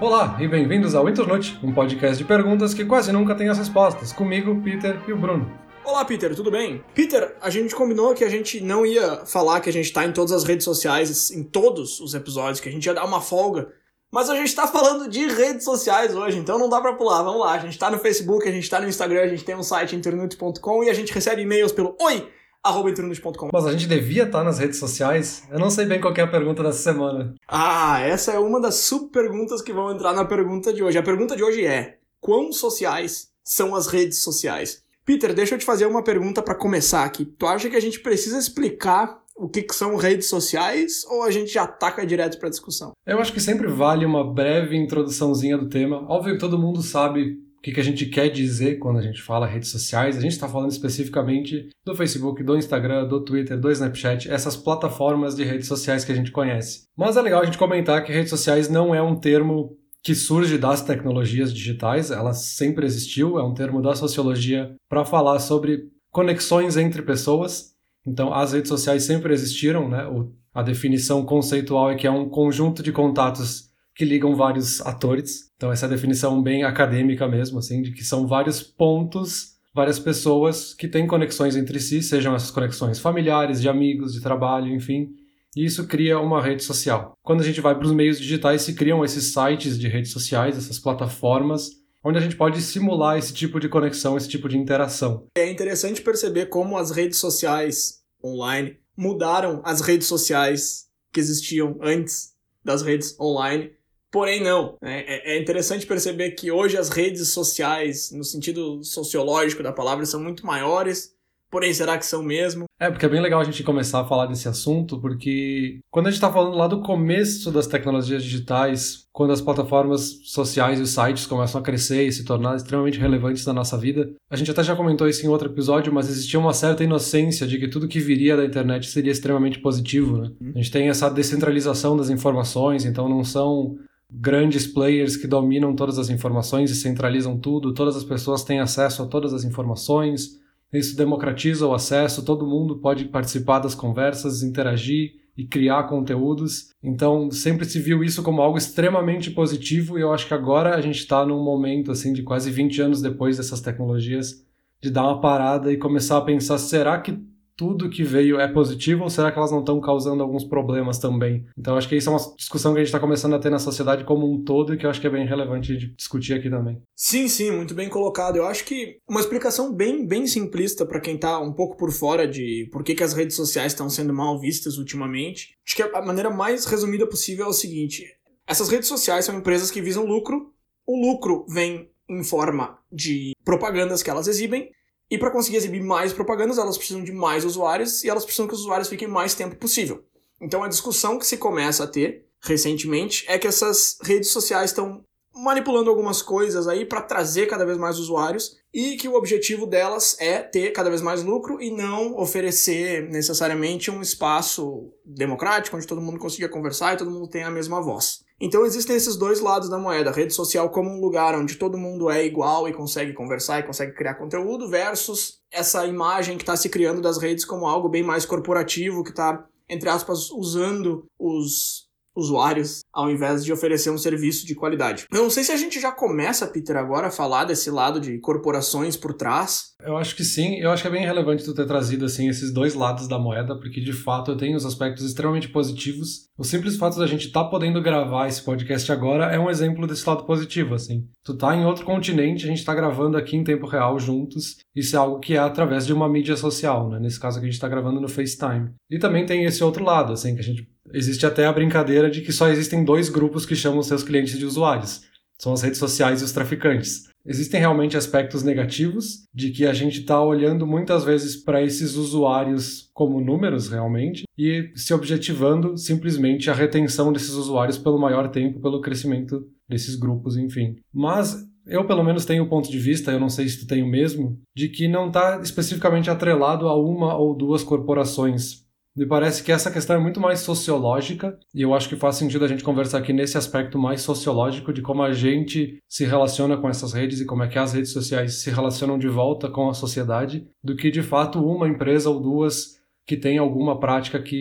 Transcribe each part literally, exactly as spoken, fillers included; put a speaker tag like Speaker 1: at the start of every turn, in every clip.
Speaker 1: Olá e bem-vindos ao Internute, um podcast de perguntas que quase nunca tem as respostas, comigo, Peter e o Bruno.
Speaker 2: Olá, Peter, tudo bem? Peter, a gente combinou que a gente não ia falar que a gente tá em todas as redes sociais, em todos os episódios, que a gente ia dar uma folga, mas a gente tá falando de redes sociais hoje, então não dá pra pular, vamos lá. A gente tá no Facebook, a gente tá no Instagram, a gente tem um site internute ponto com e a gente recebe e-mails pelo oi arroba internute ponto com.
Speaker 1: Mas a gente devia estar nas redes sociais? Eu não sei bem qual que é a pergunta dessa semana.
Speaker 2: Ah, essa é uma das sub-perguntas que vão entrar na pergunta de hoje. A pergunta de hoje é: quão sociais são as redes sociais? Peter, deixa eu te fazer uma pergunta pra começar aqui. Tu acha que a gente precisa explicar o que, que são redes sociais ou a gente já ataca direto pra discussão?
Speaker 1: Eu acho que sempre vale uma breve introduçãozinha do tema. Óbvio que todo mundo sabe o que, que a gente quer dizer quando a gente fala redes sociais. A gente está falando especificamente do Facebook, do Instagram, do Twitter, do Snapchat, essas plataformas de redes sociais que a gente conhece. Mas é legal a gente comentar que redes sociais não é um termo que surge das tecnologias digitais, ela sempre existiu, é um termo da sociologia para falar sobre conexões entre pessoas. Então, as redes sociais sempre existiram, né? O, a definição conceitual é que é um conjunto de contatos que ligam vários atores. Então, essa é a definição bem acadêmica mesmo, assim, de que são vários pontos, várias pessoas que têm conexões entre si, sejam essas conexões familiares, de amigos, de trabalho, enfim. E isso cria uma rede social. Quando a gente vai para os meios digitais, se criam esses sites de redes sociais, essas plataformas, onde a gente pode simular esse tipo de conexão, esse tipo de interação.
Speaker 2: É interessante perceber como as redes sociais online mudaram as redes sociais que existiam antes das redes online. Porém, não. É interessante perceber que hoje as redes sociais, no sentido sociológico da palavra, são muito maiores. Porém, será que são mesmo?
Speaker 1: É, porque é bem legal a gente começar a falar desse assunto, porque quando a gente está falando lá do começo das tecnologias digitais, quando as plataformas sociais e os sites começam a crescer e se tornar extremamente relevantes na nossa vida, a gente até já comentou isso em outro episódio, mas existia uma certa inocência de que tudo que viria da internet seria extremamente positivo, né? A gente tem essa descentralização das informações, então não são grandes players que dominam todas as informações e centralizam tudo, todas as pessoas têm acesso a todas as informações. Isso democratiza o acesso, todo mundo pode participar das conversas, interagir e criar conteúdos. Então, sempre se viu isso como algo extremamente positivo e eu acho que agora a gente está num momento, assim, de quase vinte anos depois dessas tecnologias, de dar uma parada e começar a pensar, será que tudo que veio é positivo ou será que elas não estão causando alguns problemas também? Então, acho que isso é uma discussão que a gente está começando a ter na sociedade como um todo e que eu acho que é bem relevante de discutir aqui também.
Speaker 2: Sim, sim, muito bem colocado. Eu acho que uma explicação bem, bem simplista para quem está um pouco por fora de por que, que as redes sociais estão sendo mal vistas ultimamente. Acho que a maneira mais resumida possível é o seguinte: essas redes sociais são empresas que visam lucro. O lucro vem em forma de propagandas que elas exibem. E para conseguir exibir mais propagandas, elas precisam de mais usuários e elas precisam que os usuários fiquem mais tempo possível. Então a discussão que se começa a ter recentemente é que essas redes sociais estão manipulando algumas coisas aí para trazer cada vez mais usuários e que o objetivo delas é ter cada vez mais lucro e não oferecer necessariamente um espaço democrático onde todo mundo consiga conversar e todo mundo tenha a mesma voz. Então existem esses dois lados da moeda, a rede social como um lugar onde todo mundo é igual e consegue conversar e consegue criar conteúdo, versus essa imagem que está se criando das redes como algo bem mais corporativo, que está, entre aspas, usando os usuários ao invés de oferecer um serviço de qualidade. Eu não sei se a gente já começa, Peter, agora a falar desse lado de corporações por trás.
Speaker 1: Eu acho que sim, eu acho que é bem relevante tu ter trazido assim, esses dois lados da moeda, porque de fato eu tenho os aspectos extremamente positivos. O simples fato da gente estar tá podendo gravar esse podcast agora é um exemplo desse lado positivo, assim. Tu tá em outro continente, a gente tá gravando aqui em tempo real juntos, isso é algo que é através de uma mídia social, né? Nesse caso aqui a gente tá gravando no FaceTime. E também tem esse outro lado, assim, que a gente... Existe até a brincadeira de que só existem dois grupos que chamam seus clientes de usuários. São as redes sociais e os traficantes. Existem realmente aspectos negativos de que a gente está olhando muitas vezes para esses usuários como números realmente e se objetivando simplesmente a retenção desses usuários pelo maior tempo, pelo crescimento desses grupos, enfim. Mas eu pelo menos tenho o ponto de vista, eu não sei se tu tem o mesmo, de que não está especificamente atrelado a uma ou duas corporações. Me parece que essa questão é muito mais sociológica e eu acho que faz sentido a gente conversar aqui nesse aspecto mais sociológico de como a gente se relaciona com essas redes e como é que as redes sociais se relacionam de volta com a sociedade, do que de fato uma empresa ou duas que tem alguma prática que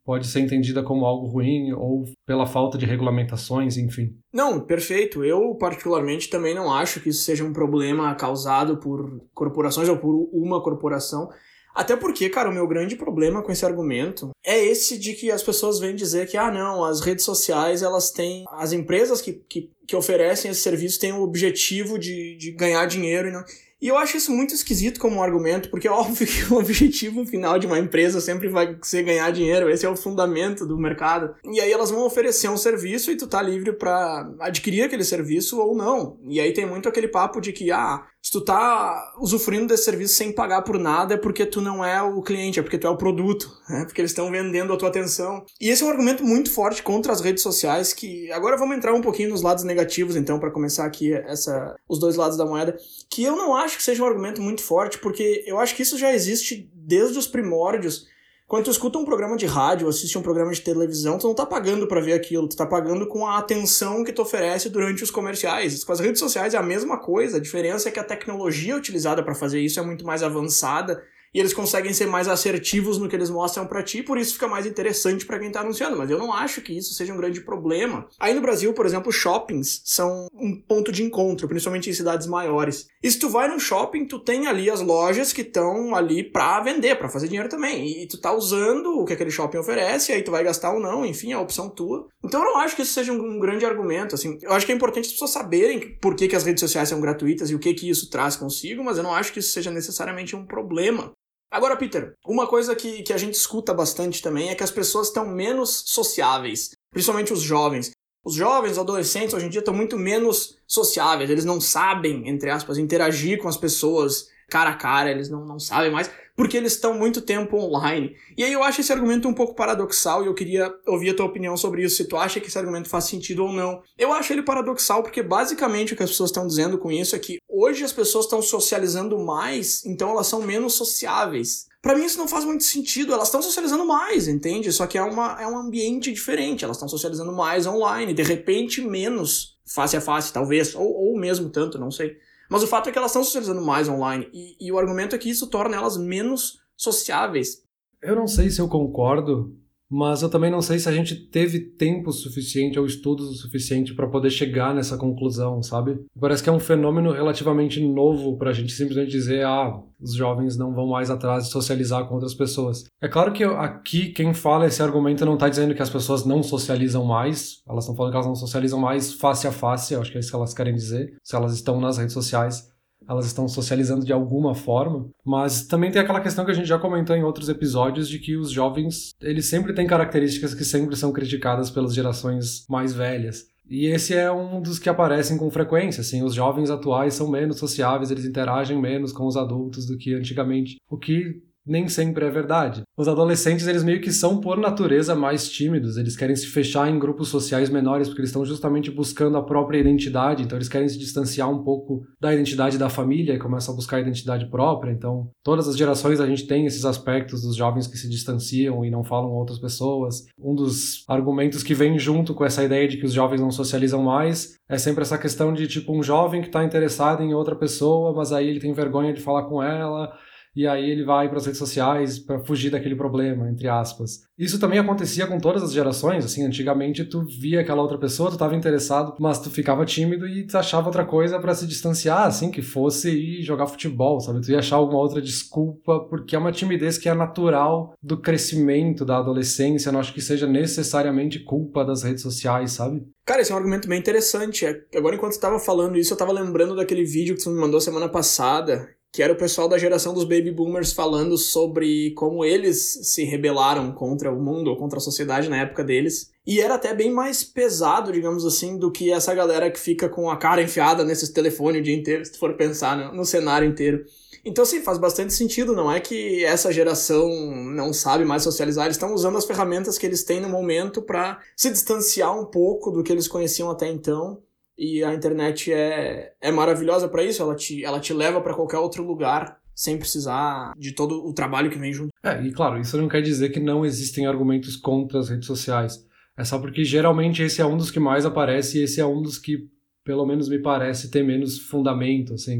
Speaker 1: pode ser entendida como algo ruim ou pela falta de regulamentações, enfim.
Speaker 2: Não, perfeito. Eu, particularmente, também não acho que isso seja um problema causado por corporações ou por uma corporação. Até porque, cara, o meu grande problema com esse argumento é esse de que as pessoas vêm dizer que, ah, não, as redes sociais, elas têm... As empresas que, que, que oferecem esse serviço têm o objetivo de, de ganhar dinheiro e não... E eu acho isso muito esquisito como um argumento, porque é óbvio que o objetivo final de uma empresa sempre vai ser ganhar dinheiro, esse é o fundamento do mercado. E aí elas vão oferecer um serviço e tu tá livre pra adquirir aquele serviço ou não. E aí tem muito aquele papo de que, ah, se tu tá usufruindo desse serviço sem pagar por nada é porque tu não é o cliente, é porque tu é o produto, né? Porque eles estão vendendo a tua atenção. E esse é um argumento muito forte contra as redes sociais, que agora vamos entrar um pouquinho nos lados negativos, então, para começar aqui essa, os dois lados da moeda, que eu não acho que seja um argumento muito forte, porque eu acho que isso já existe desde os primórdios. Quando tu escuta um programa de rádio, assiste um programa de televisão, tu não tá pagando pra ver aquilo, tu tá pagando com a atenção que tu oferece durante os comerciais. Com as redes sociais é a mesma coisa, a diferença é que a tecnologia utilizada pra fazer isso é muito mais avançada e eles conseguem ser mais assertivos no que eles mostram pra ti, por isso fica mais interessante pra quem tá anunciando, mas eu não acho que isso seja um grande problema. Aí no Brasil, por exemplo, shoppings são um ponto de encontro, principalmente em cidades maiores. E se tu vai num shopping, tu tem ali as lojas que estão ali pra vender, pra fazer dinheiro também, e tu tá usando o que aquele shopping oferece, aí tu vai gastar ou não, enfim, é a opção tua. Então eu não acho que isso seja um, um grande argumento, assim. Eu acho que é importante as pessoas saberem por que, que as redes sociais são gratuitas e o que que isso traz consigo, mas eu não acho que isso seja necessariamente um problema. Agora, Peter, uma coisa que, que a gente escuta bastante também é que as pessoas estão menos sociáveis, principalmente os jovens. Os jovens, os adolescentes, hoje em dia estão muito menos sociáveis, eles não sabem, entre aspas, interagir com as pessoas cara a cara, eles não, não sabem mais, porque eles estão muito tempo online. E aí eu acho esse argumento um pouco paradoxal e eu queria ouvir a tua opinião sobre isso, se tu acha que esse argumento faz sentido ou não. Eu acho ele paradoxal porque basicamente o que as pessoas estão dizendo com isso é que hoje as pessoas estão socializando mais, então elas são menos sociáveis. Pra mim isso não faz muito sentido, elas estão socializando mais, entende? Só que é, uma, é um ambiente diferente, elas estão socializando mais online, de repente menos face a face, talvez, ou, ou mesmo tanto, não sei. Mas o fato é que elas estão socializando mais online, e, e o argumento é que isso torna elas menos sociáveis.
Speaker 1: Eu não sei se eu concordo, mas eu também não sei se a gente teve tempo suficiente ou estudos o suficiente para poder chegar nessa conclusão, sabe? Parece que é um fenômeno relativamente novo pra gente simplesmente dizer, ah, os jovens não vão mais atrás de socializar com outras pessoas. É claro que aqui quem fala esse argumento não tá dizendo que as pessoas não socializam mais, elas estão falando que elas não socializam mais face a face, eu acho que é isso que elas querem dizer, se elas estão nas redes sociais. Elas estão socializando de alguma forma, mas também tem aquela questão que a gente já comentou em outros episódios de que os jovens, eles sempre têm características que sempre são criticadas pelas gerações mais velhas. E esse é um dos que aparecem com frequência, assim, os jovens atuais são menos sociáveis, eles interagem menos com os adultos do que antigamente, o que nem sempre é verdade. Os adolescentes, eles meio que são, por natureza, mais tímidos, eles querem se fechar em grupos sociais menores, porque eles estão justamente buscando a própria identidade, então eles querem se distanciar um pouco da identidade da família e começam a buscar a identidade própria, então todas as gerações a gente tem esses aspectos dos jovens que se distanciam e não falam com outras pessoas. Um dos argumentos que vem junto com essa ideia de que os jovens não socializam mais é sempre essa questão de, tipo, um jovem que está interessado em outra pessoa, mas aí ele tem vergonha de falar com ela, e aí ele vai para as redes sociais para fugir daquele problema, entre aspas. Isso também acontecia com todas as gerações, assim, antigamente tu via aquela outra pessoa, tu estava interessado, mas tu ficava tímido e tu achava outra coisa para se distanciar, assim, que fosse ir jogar futebol, sabe? Tu ia achar alguma outra desculpa, porque é uma timidez que é natural do crescimento da adolescência, não acho que seja necessariamente culpa das redes sociais, sabe?
Speaker 2: Cara, esse é um argumento bem interessante. Agora, enquanto você estava falando isso, eu estava lembrando daquele vídeo que você me mandou semana passada, que era o pessoal da geração dos baby boomers falando sobre como eles se rebelaram contra o mundo ou contra a sociedade na época deles. E era até bem mais pesado, digamos assim, do que essa galera que fica com a cara enfiada nesses telefones o dia inteiro, se tu for pensar no, no cenário inteiro. Então, sim, faz bastante sentido, não é que essa geração não sabe mais socializar, eles estão usando as ferramentas que eles têm no momento para se distanciar um pouco do que eles conheciam até então. E a internet é, é maravilhosa para isso, ela te, ela te leva para qualquer outro lugar sem precisar de todo o trabalho que vem junto.
Speaker 1: É, e claro, isso não quer dizer que não existem argumentos contra as redes sociais. É só porque geralmente esse é um dos que mais aparece e esse é um dos que, pelo menos me parece, ter menos fundamento, assim.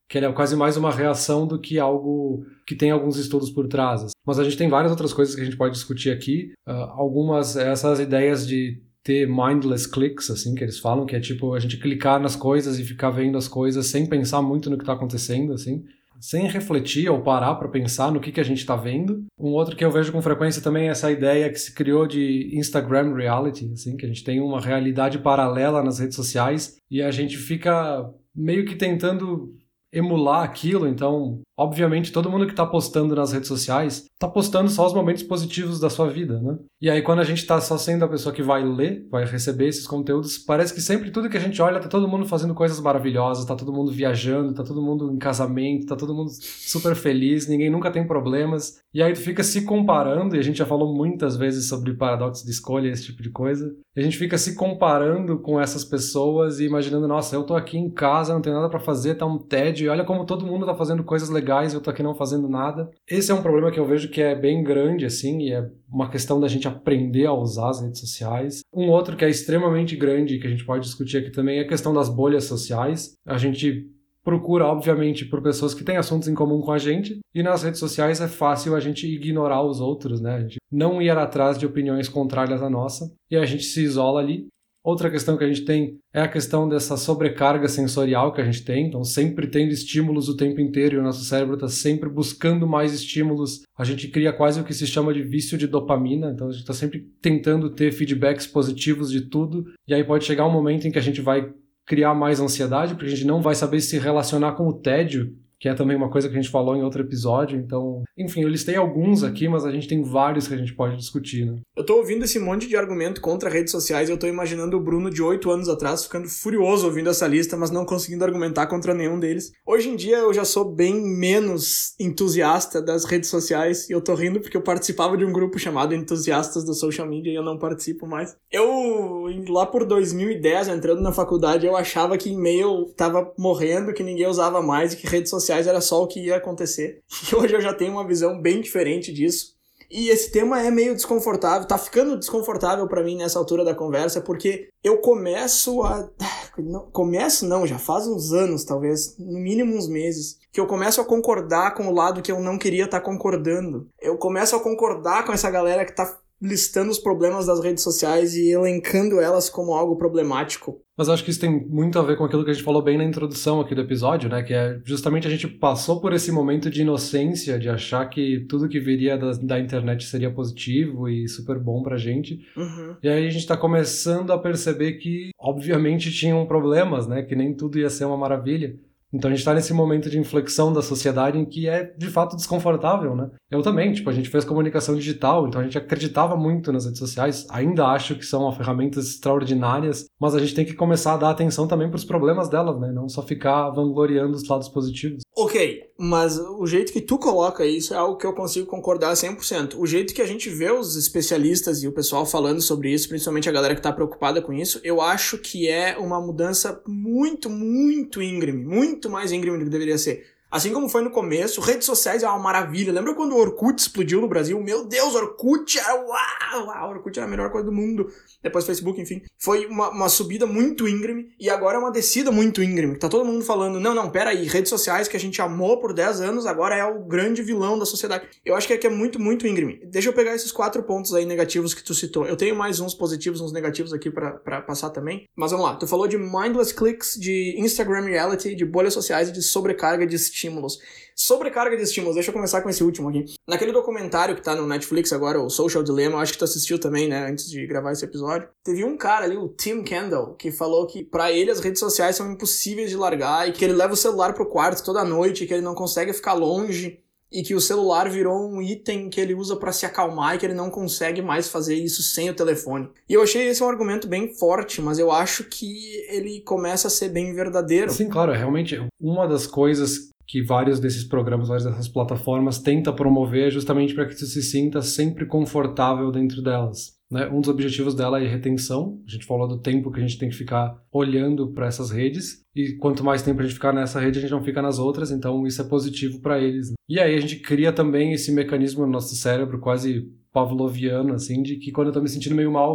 Speaker 1: que ele é quase mais uma reação do que algo que tem alguns estudos por trás. Mas a gente tem várias outras coisas que a gente pode discutir aqui. Uh, algumas, essas ideias de ter mindless clicks, assim, que eles falam, que é tipo a gente clicar nas coisas e ficar vendo as coisas sem pensar muito no que está acontecendo, assim, sem refletir ou parar para pensar no que, que a gente está vendo. Um outro que eu vejo com frequência também é essa ideia que se criou de Instagram reality, assim, que a gente tem uma realidade paralela nas redes sociais e a gente fica meio que tentando emular aquilo. Então, obviamente, todo mundo que está postando nas redes sociais está postando só os momentos positivos da sua vida, né? E aí, quando a gente está só sendo a pessoa que vai ler, vai receber esses conteúdos, parece que sempre tudo que a gente olha, tá todo mundo fazendo coisas maravilhosas, tá todo mundo viajando, tá todo mundo em casamento, tá todo mundo super feliz, ninguém nunca tem problemas. E aí tu fica se comparando, e a gente já falou muitas vezes sobre paradoxo de escolha, esse tipo de coisa. E a gente fica se comparando com essas pessoas e imaginando, nossa, eu tô aqui em casa, não tenho nada pra fazer, tá um tédio, e olha como todo mundo tá fazendo coisas legais, eu tô aqui não fazendo nada. Esse é um problema que eu vejo que é bem grande, assim, e é uma questão da gente aprender a usar as redes sociais. Um outro que é extremamente grande, que a gente pode discutir aqui também, é a questão das bolhas sociais. A gente procura, obviamente, por pessoas que têm assuntos em comum com a gente, e nas redes sociais é fácil a gente ignorar os outros, né? A gente não ir atrás de opiniões contrárias à nossa, e a gente se isola ali. Outra questão que a gente tem é a questão dessa sobrecarga sensorial que a gente tem, então sempre tendo estímulos o tempo inteiro e o nosso cérebro está sempre buscando mais estímulos. A gente cria quase o que se chama de vício de dopamina, então a gente está sempre tentando ter feedbacks positivos de tudo, e aí pode chegar um momento em que a gente vai criar mais ansiedade, porque a gente não vai saber se relacionar com o tédio, que é também uma coisa que a gente falou em outro episódio. Então, enfim, eu listei alguns aqui, mas a gente tem vários que a gente pode discutir, né?
Speaker 2: Eu tô ouvindo esse monte de argumento contra redes sociais e eu tô imaginando o Bruno de oito anos atrás ficando furioso ouvindo essa lista, mas não conseguindo argumentar contra nenhum deles. Hoje em dia eu já sou bem menos entusiasta das redes sociais e eu tô rindo porque eu participava de um grupo chamado Entusiastas do Social Media e eu não participo mais. Eu, lá por dois mil e dez, entrando na faculdade, eu achava que e-mail tava morrendo, que ninguém usava mais e que redes sociais era só o que ia acontecer. E hoje eu já tenho uma visão bem diferente disso. E esse tema é meio desconfortável, tá ficando desconfortável pra mim nessa altura da conversa, porque eu começo a... Não, começo não, já faz uns anos, talvez, no mínimo uns meses, que eu começo a concordar com o lado que eu não queria estar concordando. Eu começo a concordar com essa galera que tá listando os problemas das redes sociais e elencando elas como algo problemático.
Speaker 1: Mas eu acho que isso tem muito a ver com aquilo que a gente falou bem na introdução aqui do episódio, né? Que é justamente a gente passou por esse momento de inocência, de achar que tudo que viria da, da internet seria positivo e super bom pra gente.
Speaker 2: Uhum.
Speaker 1: E aí a gente tá começando a perceber que, obviamente, tinham problemas, né? Que nem tudo ia ser uma maravilha. Então a gente tá nesse momento de inflexão da sociedade em que é, de fato, desconfortável, né? Eu também, tipo, a gente fez comunicação digital, então a gente acreditava muito nas redes sociais, ainda acho que são ferramentas extraordinárias, mas a gente tem que começar a dar atenção também pros problemas delas, né? Não só ficar vangloriando os lados positivos.
Speaker 2: Ok, mas o jeito que tu coloca isso é algo que eu consigo concordar cem por cento. O jeito que a gente vê os especialistas e o pessoal falando sobre isso, principalmente a galera que tá preocupada com isso, eu acho que é uma mudança muito, muito íngreme, muito mais íngreme do que deveria ser. Assim como foi no começo, redes sociais é uma maravilha. Lembra quando o Orkut explodiu no Brasil? Meu Deus, Orkut era uau! Uau, Orkut era a melhor coisa do mundo. Depois Facebook, enfim. Foi uma, uma subida muito íngreme e agora é uma descida muito íngreme. Tá todo mundo falando, não, não, pera aí, redes sociais que a gente amou por dez anos, agora é o grande vilão da sociedade. Eu acho que é, que é muito, muito íngreme. Deixa eu pegar esses quatro pontos aí negativos que tu citou. Eu tenho mais uns positivos, uns negativos aqui pra, pra passar também. Mas vamos lá, tu falou de mindless clicks, de Instagram reality, de bolhas sociais e de sobrecarga de estímulos. Sobrecarga de estímulos, deixa eu começar com esse último aqui. Naquele documentário que tá no Netflix agora, o Social Dilemma, acho que tu assistiu também, né, antes de gravar esse episódio. Teve um cara ali, o Tim Kendall, que falou que pra ele as redes sociais são impossíveis de largar e que ele leva o celular pro quarto toda noite, que ele não consegue ficar longe e que o celular virou um item que ele usa pra se acalmar e que ele não consegue mais fazer isso sem o telefone. E eu achei esse um argumento bem forte, mas eu acho que ele começa a ser bem verdadeiro.
Speaker 1: Sim, claro, realmente uma das coisas que vários desses programas, várias dessas plataformas tenta promover justamente para que tu se sinta sempre confortável dentro delas, né? Um dos objetivos dela é retenção. A gente falou do tempo que a gente tem que ficar olhando para essas redes e quanto mais tempo a gente ficar nessa rede, a gente não fica nas outras, então isso é positivo para eles, né? E aí a gente cria também esse mecanismo no nosso cérebro quase pavloviano, assim, de que quando eu tô me sentindo meio mal,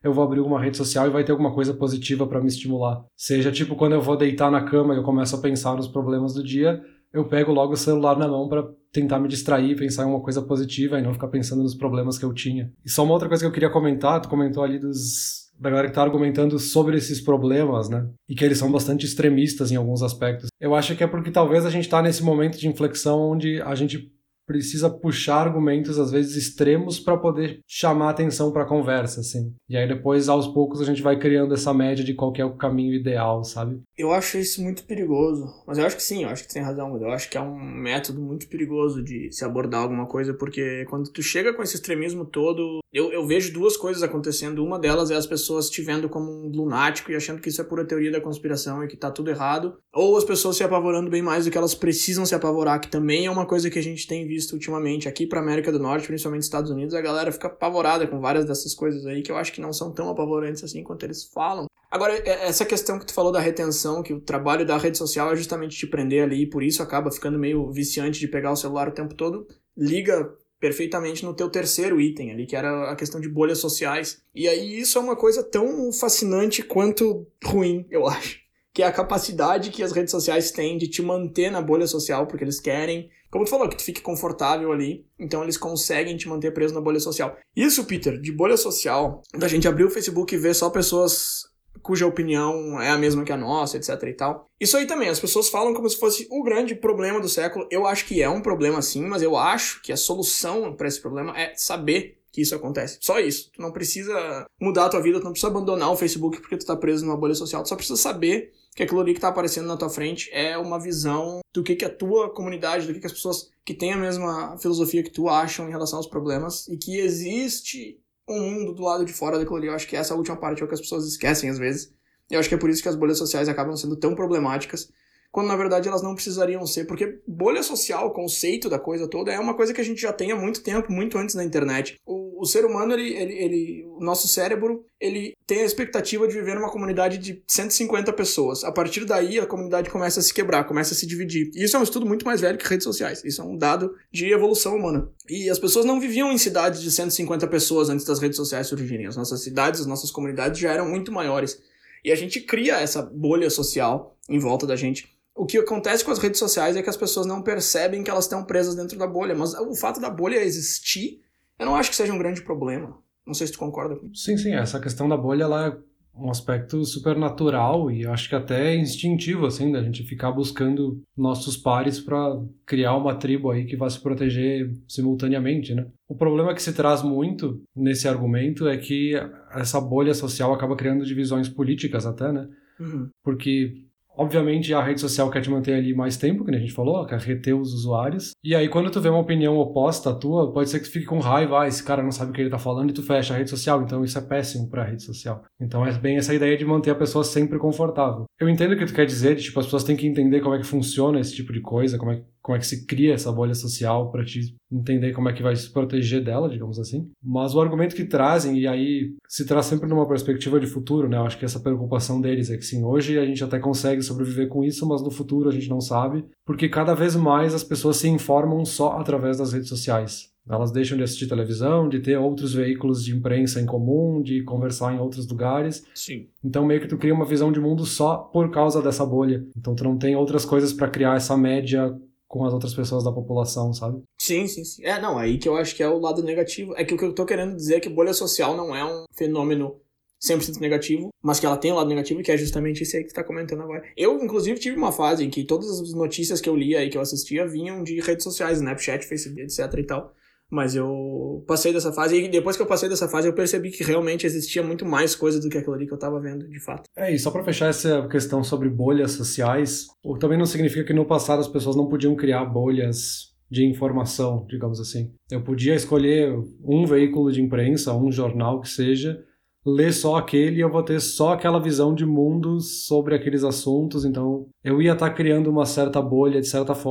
Speaker 1: eu vou abrir uma rede social e vai ter alguma coisa positiva para me estimular. Seja tipo quando eu vou deitar na cama e eu começo a pensar nos problemas do dia, eu pego logo o celular na mão para tentar me distrair, pensar em uma coisa positiva e não ficar pensando nos problemas que eu tinha. E só uma outra coisa que eu queria comentar, tu comentou ali dos... da galera que tá argumentando sobre esses problemas, né? E que eles são bastante extremistas em alguns aspectos. Eu acho que é porque talvez a gente tá nesse momento de inflexão onde a gente precisa puxar argumentos, às vezes, extremos para poder chamar atenção para a conversa, assim. E aí depois, aos poucos, a gente vai criando essa média de qual que é o caminho ideal, sabe?
Speaker 2: Eu acho isso muito perigoso. Mas eu acho que sim, eu acho que tu tem razão. Mas eu acho que é um método muito perigoso de se abordar alguma coisa, porque quando tu chega com esse extremismo todo, eu, eu vejo duas coisas acontecendo. Uma delas é as pessoas te vendo como um lunático e achando que isso é pura teoria da conspiração e que tá tudo errado. Ou as pessoas se apavorando bem mais do que elas precisam se apavorar, que também é uma coisa que a gente tem visto ultimamente aqui pra América do Norte, principalmente Estados Unidos. A galera fica apavorada com várias dessas coisas aí que eu acho que não são tão apavorantes assim quanto eles falam. Agora, essa questão que tu falou da retenção, que o trabalho da rede social é justamente te prender ali, e por isso acaba ficando meio viciante de pegar o celular o tempo todo, liga perfeitamente no teu terceiro item ali, que era a questão de bolhas sociais. E aí isso é uma coisa tão fascinante quanto ruim, eu acho. Que é a capacidade que as redes sociais têm de te manter na bolha social, porque eles querem, como tu falou, que tu fique confortável ali, então eles conseguem te manter preso na bolha social. Isso, Peter, de bolha social, da gente abrir o Facebook e ver só pessoas cuja opinião é a mesma que a nossa, etc e tal. Isso aí também, as pessoas falam como se fosse o grande problema do século. Eu acho que é um problema sim, mas eu acho que a solução para esse problema é saber que isso acontece. Só isso. Tu não precisa mudar a tua vida, tu não precisa abandonar o Facebook porque tu tá preso numa bolha social. Tu só precisa saber que aquilo ali que tá aparecendo na tua frente é uma visão do que, que a tua comunidade, do que, que as pessoas que têm a mesma filosofia que tu acham em relação aos problemas e que existe um mundo do lado de fora daquilo ali. Eu acho que essa última parte é o que as pessoas esquecem às vezes. E eu acho que é por isso que as bolhas sociais acabam sendo tão problemáticas, quando na verdade elas não precisariam ser, porque bolha social, o conceito da coisa toda, é uma coisa que a gente já tem há muito tempo, muito antes da internet. O, o ser humano, ele, ele, ele, o nosso cérebro, ele tem a expectativa de viver numa comunidade de cento e cinquenta pessoas. A partir daí, a comunidade começa a se quebrar, começa a se dividir. E isso é um estudo muito mais velho que redes sociais. Isso é um dado de evolução humana. E as pessoas não viviam em cidades de cento e cinquenta pessoas antes das redes sociais surgirem. As nossas cidades, as nossas comunidades já eram muito maiores. E a gente cria essa bolha social em volta da gente. O que acontece com as redes sociais é que as pessoas não percebem que elas estão presas dentro da bolha, mas o fato da bolha existir, eu não acho que seja um grande problema. Não sei se tu concorda comigo.
Speaker 1: Sim, sim, essa questão da bolha, ela é um aspecto super natural e acho que até instintivo, assim, da gente ficar buscando nossos pares para criar uma tribo aí que vai se proteger simultaneamente, né? O problema que se traz muito nesse argumento é que essa bolha social acaba criando divisões políticas até, né?
Speaker 2: Uhum.
Speaker 1: Porque obviamente a rede social quer te manter ali mais tempo, que a gente falou, quer reter os usuários. E aí quando tu vê uma opinião oposta à tua, pode ser que tu fique com raiva, ah, esse cara não sabe o que ele tá falando, e tu fecha a rede social. Então isso é péssimo pra rede social. Então é bem essa ideia de manter a pessoa sempre confortável. Eu entendo o que tu quer dizer, de, tipo, as pessoas têm que entender como é que funciona esse tipo de coisa, como é, como é que se cria essa bolha social pra te entender como é que vai se proteger dela, digamos assim. Mas o argumento que trazem, e aí se traz sempre numa perspectiva de futuro, né? Eu acho que essa preocupação deles é que sim, hoje a gente até consegue sobreviver com isso, mas no futuro a gente não sabe, porque cada vez mais as pessoas se informam só através das redes sociais. Elas deixam de assistir televisão, de ter outros veículos de imprensa em comum, de conversar em outros lugares.
Speaker 2: Sim.
Speaker 1: Então meio que tu cria uma visão de mundo só por causa dessa bolha. Então tu não tem outras coisas para criar essa média com as outras pessoas da população, sabe?
Speaker 2: Sim, sim, sim. É, não, aí que eu acho que é o lado negativo. É que o que eu tô querendo dizer é que bolha social não é um fenômeno cem por cento negativo, mas que ela tem um lado negativo, que é justamente esse aí que tu tá comentando agora. Eu, inclusive, tive uma fase em que todas as notícias que eu lia e que eu assistia vinham de redes sociais, Snapchat, Facebook, etc e tal. Mas eu passei dessa fase, e depois que eu passei dessa fase, eu percebi que realmente existia muito mais coisa do que aquilo ali que eu tava vendo, de fato.
Speaker 1: É, e só pra fechar essa questão sobre bolhas sociais, também não significa que no passado as pessoas não podiam criar bolhas de informação, digamos assim. Eu podia escolher um veículo de imprensa, um jornal que seja, ler só aquele e eu vou ter só aquela visão de mundo sobre aqueles assuntos, então eu ia estar criando uma certa bolha de certa forma.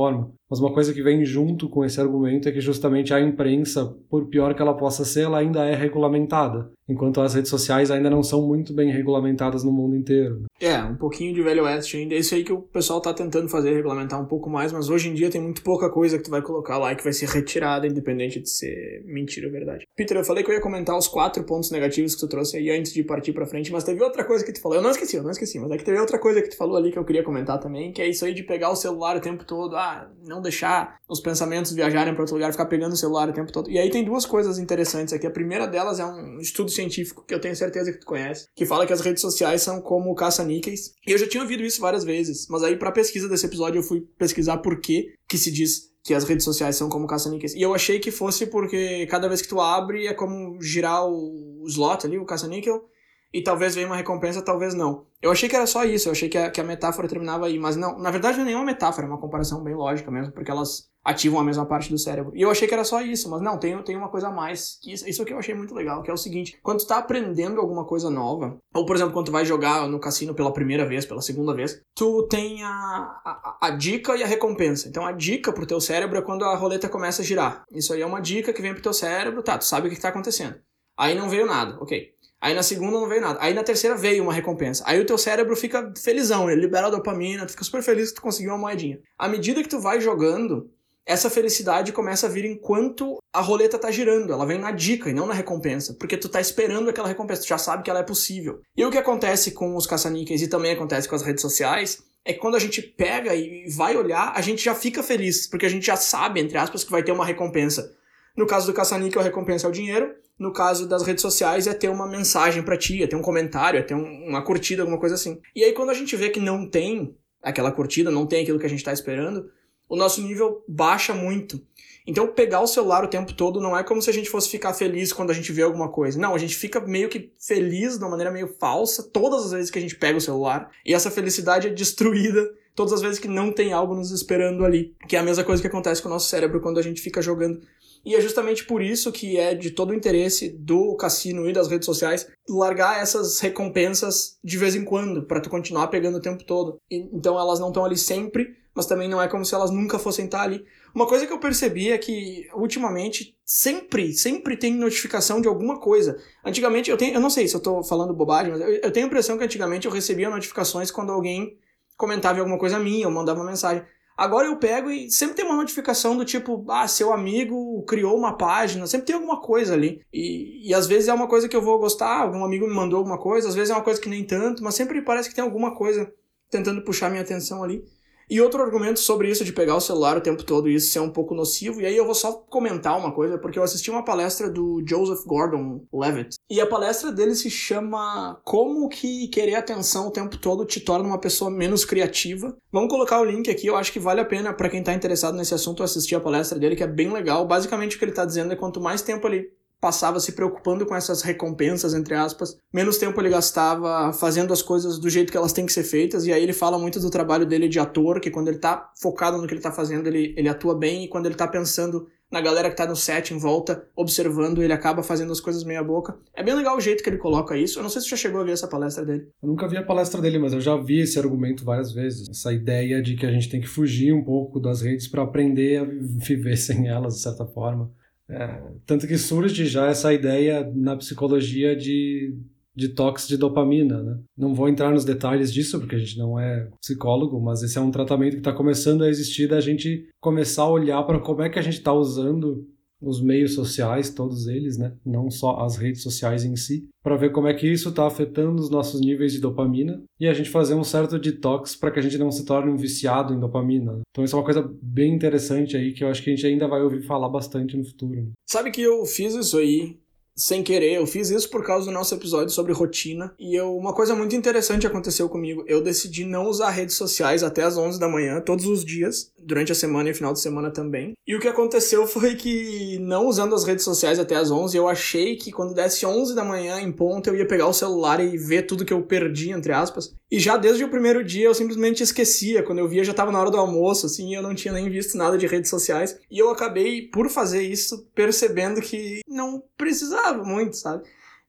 Speaker 1: Mas uma coisa que vem junto com esse argumento é que justamente a imprensa, por pior que ela possa ser, ela ainda é regulamentada, enquanto as redes sociais ainda não são muito bem regulamentadas no mundo inteiro.
Speaker 2: É, um pouquinho de Velho Oeste ainda. É isso aí que o pessoal tá tentando fazer, regulamentar um pouco mais, mas hoje em dia tem muito pouca coisa que tu vai colocar lá e que vai ser retirada, independente de ser mentira ou verdade. Peter, eu falei que eu ia comentar os quatro pontos negativos que tu trouxe aí antes de partir pra frente, mas teve outra coisa que tu falou. Eu não esqueci, eu não esqueci, mas é que teve outra coisa que tu falou ali que eu queria comentar também, que é isso aí de pegar o celular o tempo todo, ah, não deixar os pensamentos viajarem pra outro lugar, ficar pegando o celular o tempo todo. E aí tem duas coisas interessantes aqui. A primeira delas é um estudo científico que eu tenho certeza que tu conhece, que fala que as redes sociais são como caça-níqueis. E eu já tinha ouvido isso várias vezes, mas aí pra pesquisa desse episódio eu fui pesquisar por que que se diz que as redes sociais são como caça-níqueis. E eu achei que fosse porque cada vez que tu abre é como girar o slot ali, o caça-níquel, e talvez venha uma recompensa, talvez não. Eu achei que era só isso, eu achei que a, que a metáfora terminava aí, mas não, na verdade não é nenhuma metáfora, é uma comparação bem lógica mesmo, porque elas ativam a mesma parte do cérebro. E eu achei que era só isso, mas não, tem, tem uma coisa a mais, que isso, isso que eu achei muito legal, que é o seguinte, quando tu tá aprendendo alguma coisa nova, ou por exemplo, quando tu vai jogar no cassino pela primeira vez, pela segunda vez, tu tem a, a, a dica e a recompensa. Então a dica pro teu cérebro é quando a roleta começa a girar. Isso aí é uma dica que vem pro teu cérebro, tá, tu sabe o que, que tá acontecendo. Aí não veio nada, ok. Aí na segunda não veio nada. Aí na terceira veio uma recompensa. Aí o teu cérebro fica felizão, ele libera a dopamina, tu fica super feliz que tu conseguiu uma moedinha. À medida que tu vai jogando, essa felicidade começa a vir enquanto a roleta tá girando. Ela vem na dica e não na recompensa. Porque tu tá esperando aquela recompensa, tu já sabe que ela é possível. E o que acontece com os caça-níqueis e também acontece com as redes sociais é que quando a gente pega e vai olhar, a gente já fica feliz. Porque a gente já sabe, entre aspas, que vai ter uma recompensa. No caso do caça-níquel, a recompensa é o dinheiro. No caso das redes sociais, é ter uma mensagem pra ti, é ter um comentário, é ter um, uma curtida, alguma coisa assim. E aí, quando a gente vê que não tem aquela curtida, não tem aquilo que a gente tá esperando, o nosso nível baixa muito. Então, pegar o celular o tempo todo não é como se a gente fosse ficar feliz quando a gente vê alguma coisa. Não, a gente fica meio que feliz de uma maneira meio falsa todas as vezes que a gente pega o celular. E essa felicidade é destruída todas as vezes que não tem algo nos esperando ali. Que é a mesma coisa que acontece com o nosso cérebro quando a gente fica jogando. E é justamente por isso que é de todo o interesse do cassino e das redes sociais largar essas recompensas de vez em quando, pra tu continuar pegando o tempo todo. E, então elas não estão ali sempre, mas também não é como se elas nunca fossem estar ali. Uma coisa que eu percebi é que, ultimamente, sempre, sempre tem notificação de alguma coisa. Antigamente, eu tenho, eu não sei se eu tô falando bobagem, mas eu, eu tenho a impressão que antigamente eu recebia notificações quando alguém comentava em alguma coisa minha, ou mandava uma mensagem. Agora eu pego e sempre tem uma notificação do tipo, ah, seu amigo criou uma página, sempre tem alguma coisa ali. E, e às vezes é uma coisa que eu vou gostar, algum amigo me mandou alguma coisa, às vezes é uma coisa que nem tanto, mas sempre parece que tem alguma coisa tentando puxar minha atenção ali. E outro argumento sobre isso de pegar o celular o tempo todo e isso ser um pouco nocivo, e aí eu vou só comentar uma coisa, porque eu assisti uma palestra do Joseph Gordon-Levitt, e a palestra dele se chama Como que querer atenção o tempo todo te torna uma pessoa menos criativa. Vamos colocar o link aqui, eu acho que vale a pena para quem tá interessado nesse assunto assistir a palestra dele, que é bem legal. Basicamente o que ele tá dizendo é quanto mais tempo ele passava se preocupando com essas recompensas, entre aspas, menos tempo ele gastava fazendo as coisas do jeito que elas têm que ser feitas, e aí ele fala muito do trabalho dele de ator, que quando ele tá focado no que ele tá fazendo, ele, ele atua bem, e quando ele tá pensando na galera que tá no set, em volta, observando, ele acaba fazendo as coisas meia boca. É bem legal o jeito que ele coloca isso. Eu não sei se você já chegou a ver essa palestra dele.
Speaker 1: Eu nunca vi a palestra dele, mas eu já vi esse argumento várias vezes. Essa ideia de que a gente tem que fugir um pouco das redes para aprender a viver sem elas, de certa forma. É, tanto que surge já essa ideia na psicologia de detox de dopamina, né? Não vou entrar nos detalhes disso, porque a gente não é psicólogo, mas esse é um tratamento que está começando a existir, da gente começar a olhar para como é que a gente está usando os meios sociais, todos eles, né? Não só as redes sociais em si, para ver como é que isso está afetando os nossos níveis de dopamina e a gente fazer um certo detox para que a gente não se torne um viciado em dopamina, né? Então isso é uma coisa bem interessante aí que eu acho que a gente ainda vai ouvir falar bastante no futuro, né?
Speaker 2: Sabe que eu fiz isso aí sem querer, eu fiz isso por causa do nosso episódio sobre rotina, e eu, uma coisa muito interessante aconteceu comigo. Eu decidi não usar redes sociais até as onze da manhã, todos os dias, durante a semana e final de semana também. E o que aconteceu foi que, não usando as redes sociais até as onze, eu achei que quando desse onze da manhã em ponto, eu ia pegar o celular e ver tudo que eu perdi, entre aspas. E já desde o primeiro dia eu simplesmente esquecia. Quando eu via já tava na hora do almoço, assim, e eu não tinha nem visto nada de redes sociais. E eu acabei, por fazer isso, percebendo que não precisava muito, sabe?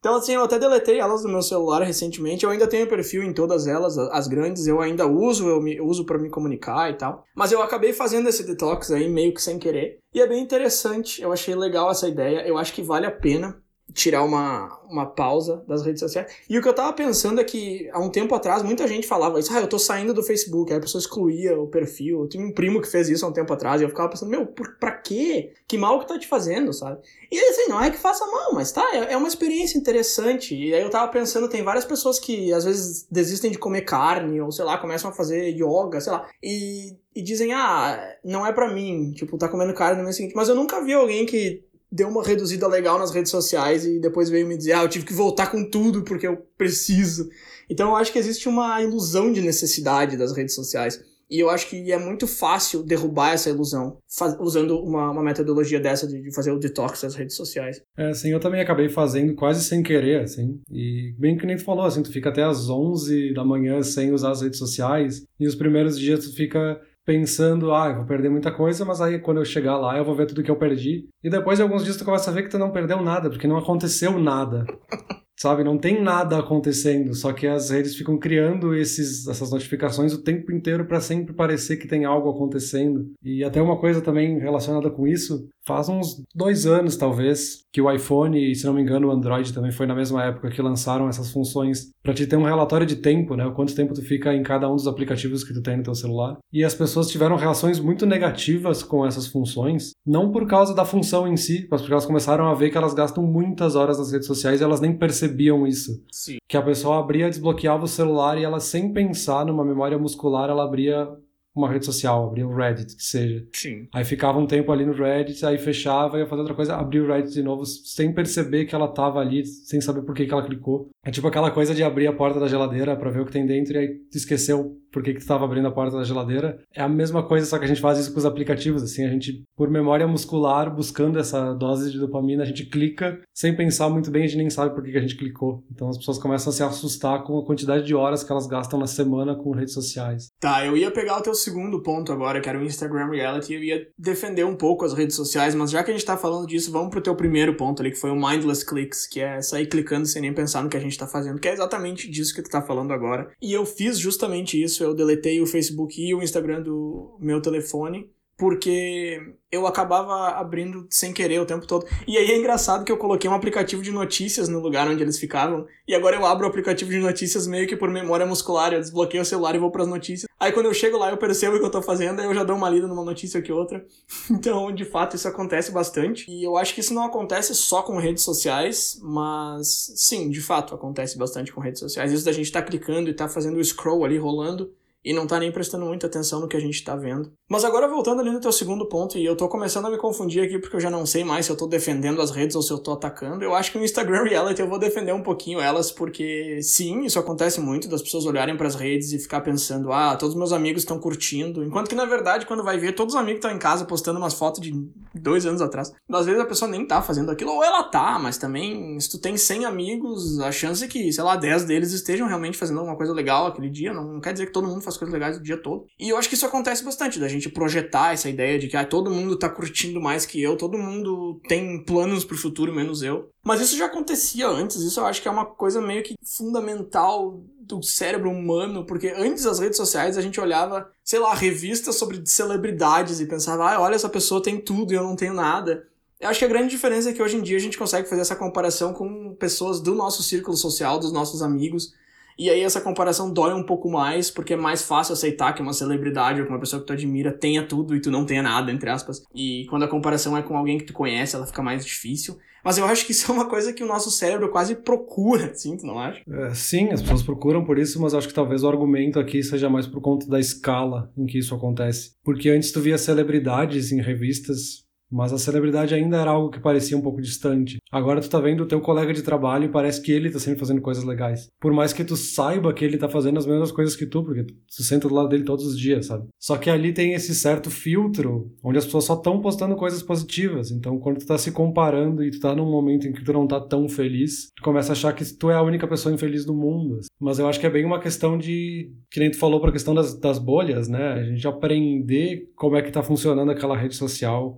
Speaker 2: Então, assim, eu até deletei elas do meu celular recentemente. Eu ainda tenho perfil em todas elas, as grandes, eu ainda uso, eu, me, eu uso pra me comunicar e tal. Mas eu acabei fazendo esse detox aí, meio que sem querer. E é bem interessante, eu achei legal essa ideia. Eu acho que vale a pena tirar uma, uma pausa das redes sociais. E o que eu tava pensando é que, há um tempo atrás, muita gente falava isso, ah, eu tô saindo do Facebook, aí a pessoa excluía o perfil. Eu tinha um primo que fez isso há um tempo atrás, e eu ficava pensando, meu, por, pra quê? Que mal que tá te fazendo, sabe? E assim, não é que faça mal, mas tá, é, é uma experiência interessante. E aí eu tava pensando, tem várias pessoas que, às vezes, desistem de comer carne, ou sei lá, começam a fazer yoga, sei lá, e, e dizem, ah, não é pra mim, tipo, tá comendo carne no mês seguinte. Mas eu nunca vi alguém que deu uma reduzida legal nas redes sociais e depois veio me dizer, ah, eu tive que voltar com tudo porque eu preciso. Então eu acho que existe uma ilusão de necessidade das redes sociais. E eu acho que é muito fácil derrubar essa ilusão faz, usando uma, uma metodologia dessa de, de fazer o detox das redes sociais.
Speaker 1: É, assim, eu também acabei fazendo quase sem querer, assim. E bem que nem tu falou, assim, tu fica até às onze da manhã sem usar as redes sociais e os primeiros dias tu fica pensando, ah, eu vou perder muita coisa, mas aí quando eu chegar lá eu vou ver tudo que eu perdi. E depois de alguns dias tu começa a ver que tu não perdeu nada, porque não aconteceu nada. Sabe, não tem nada acontecendo, só que as redes ficam criando esses, essas notificações o tempo inteiro para sempre parecer que tem algo acontecendo. E até uma coisa também relacionada com isso, faz uns dois anos talvez, que o iPhone e, se não me engano, o Android também foi na mesma época que lançaram essas funções para te ter um relatório de tempo, né? O quanto tempo tu fica em cada um dos aplicativos que tu tem no teu celular. E as pessoas tiveram reações muito negativas com essas funções, não por causa da função em si, mas porque elas começaram a ver que elas gastam muitas horas nas redes sociais e elas nem percebiam isso.
Speaker 2: Sim.
Speaker 1: Que a pessoa abria, desbloqueava o celular e ela, sem pensar numa memória muscular, ela abria uma rede social, abria o Reddit, que seja.
Speaker 2: Sim.
Speaker 1: Aí ficava um tempo ali no Reddit, aí fechava, ia fazer outra coisa, abria o Reddit de novo, sem perceber que ela tava ali, sem saber por que que ela clicou. É tipo aquela coisa de abrir a porta da geladeira pra ver o que tem dentro e aí tu esqueceu por que que tu tava abrindo a porta da geladeira. É a mesma coisa, só que a gente faz isso com os aplicativos, assim, a gente, por memória muscular, buscando essa dose de dopamina, a gente clica, sem pensar muito bem, a gente nem sabe por que que a gente clicou. Então as pessoas começam a se assustar com a quantidade de horas que elas gastam na semana com redes sociais.
Speaker 2: Tá, eu ia pegar o teu segundo ponto agora, que era o Instagram Reality, eu ia defender um pouco as redes sociais, mas já que a gente tá falando disso, vamos pro teu primeiro ponto ali, que foi o Mindless Clicks, que é sair clicando sem nem pensar no que a gente tá fazendo, que é exatamente disso que tu tá falando agora. E eu fiz justamente isso, eu deletei o Facebook e o Instagram do meu telefone, porque eu acabava abrindo sem querer o tempo todo. E aí é engraçado que eu coloquei um aplicativo de notícias no lugar onde eles ficavam, e agora eu abro o aplicativo de notícias meio que por memória muscular, eu desbloqueio o celular e vou pras notícias. Aí quando eu chego lá eu percebo o que eu tô fazendo, aí eu já dou uma lida numa notícia ou que outra. Então, de fato, isso acontece bastante. E eu acho que isso não acontece só com redes sociais, mas sim, de fato, acontece bastante com redes sociais. Isso da gente tá clicando e tá fazendo o scroll ali, rolando, e não tá nem prestando muita atenção no que a gente tá vendo. Mas agora voltando ali no teu segundo ponto, e eu tô começando a me confundir aqui porque eu já não sei mais se eu tô defendendo as redes ou se eu tô atacando. Eu acho que o Instagram Reality eu vou defender um pouquinho elas, porque sim, isso acontece muito, das pessoas olharem pras redes e ficar pensando, ah, todos meus amigos estão curtindo, enquanto que na verdade quando vai ver, todos os amigos estão em casa postando umas fotos de dois anos atrás. Às vezes a pessoa nem tá fazendo aquilo, ou ela tá, mas também se tu tem cem amigos, a chance é que, sei lá, dez deles estejam realmente fazendo alguma coisa legal aquele dia, não, não quer dizer que todo mundo faz coisas legais o dia todo. E eu acho que isso acontece bastante, da gente projetar essa ideia de que ah, todo mundo tá curtindo mais que eu, todo mundo tem planos pro futuro, menos eu. Mas isso já acontecia antes, isso eu acho que é uma coisa meio que fundamental do cérebro humano, porque antes das redes sociais a gente olhava, sei lá, revistas sobre celebridades e pensava, ah, olha, essa pessoa tem tudo e eu não tenho nada. Eu acho que a grande diferença é que hoje em dia a gente consegue fazer essa comparação com pessoas do nosso círculo social, dos nossos amigos. E aí essa comparação dói um pouco mais, porque é mais fácil aceitar que uma celebridade ou que uma pessoa que tu admira tenha tudo e tu não tenha nada, entre aspas. E quando a comparação é com alguém que tu conhece, ela fica mais difícil. Mas eu acho que isso é uma coisa que o nosso cérebro quase procura, assim, tu não acha?
Speaker 1: É, sim, as pessoas procuram por isso, mas acho que talvez o argumento aqui seja mais por conta da escala em que isso acontece. Porque antes tu via celebridades em revistas, mas a celebridade ainda era algo que parecia um pouco distante. Agora tu tá vendo o teu colega de trabalho e parece que ele tá sempre fazendo coisas legais. Por mais que tu saiba que ele tá fazendo as mesmas coisas que tu, porque tu senta do lado dele todos os dias, sabe? Só que ali tem esse certo filtro, onde as pessoas só estão postando coisas positivas. Então quando tu tá se comparando e tu tá num momento em que tu não tá tão feliz, tu começa a achar que tu é a única pessoa infeliz do mundo. Mas eu acho que é bem uma questão de, que nem tu falou pra questão das, das bolhas, né? A gente aprender como é que tá funcionando aquela rede social, pra gente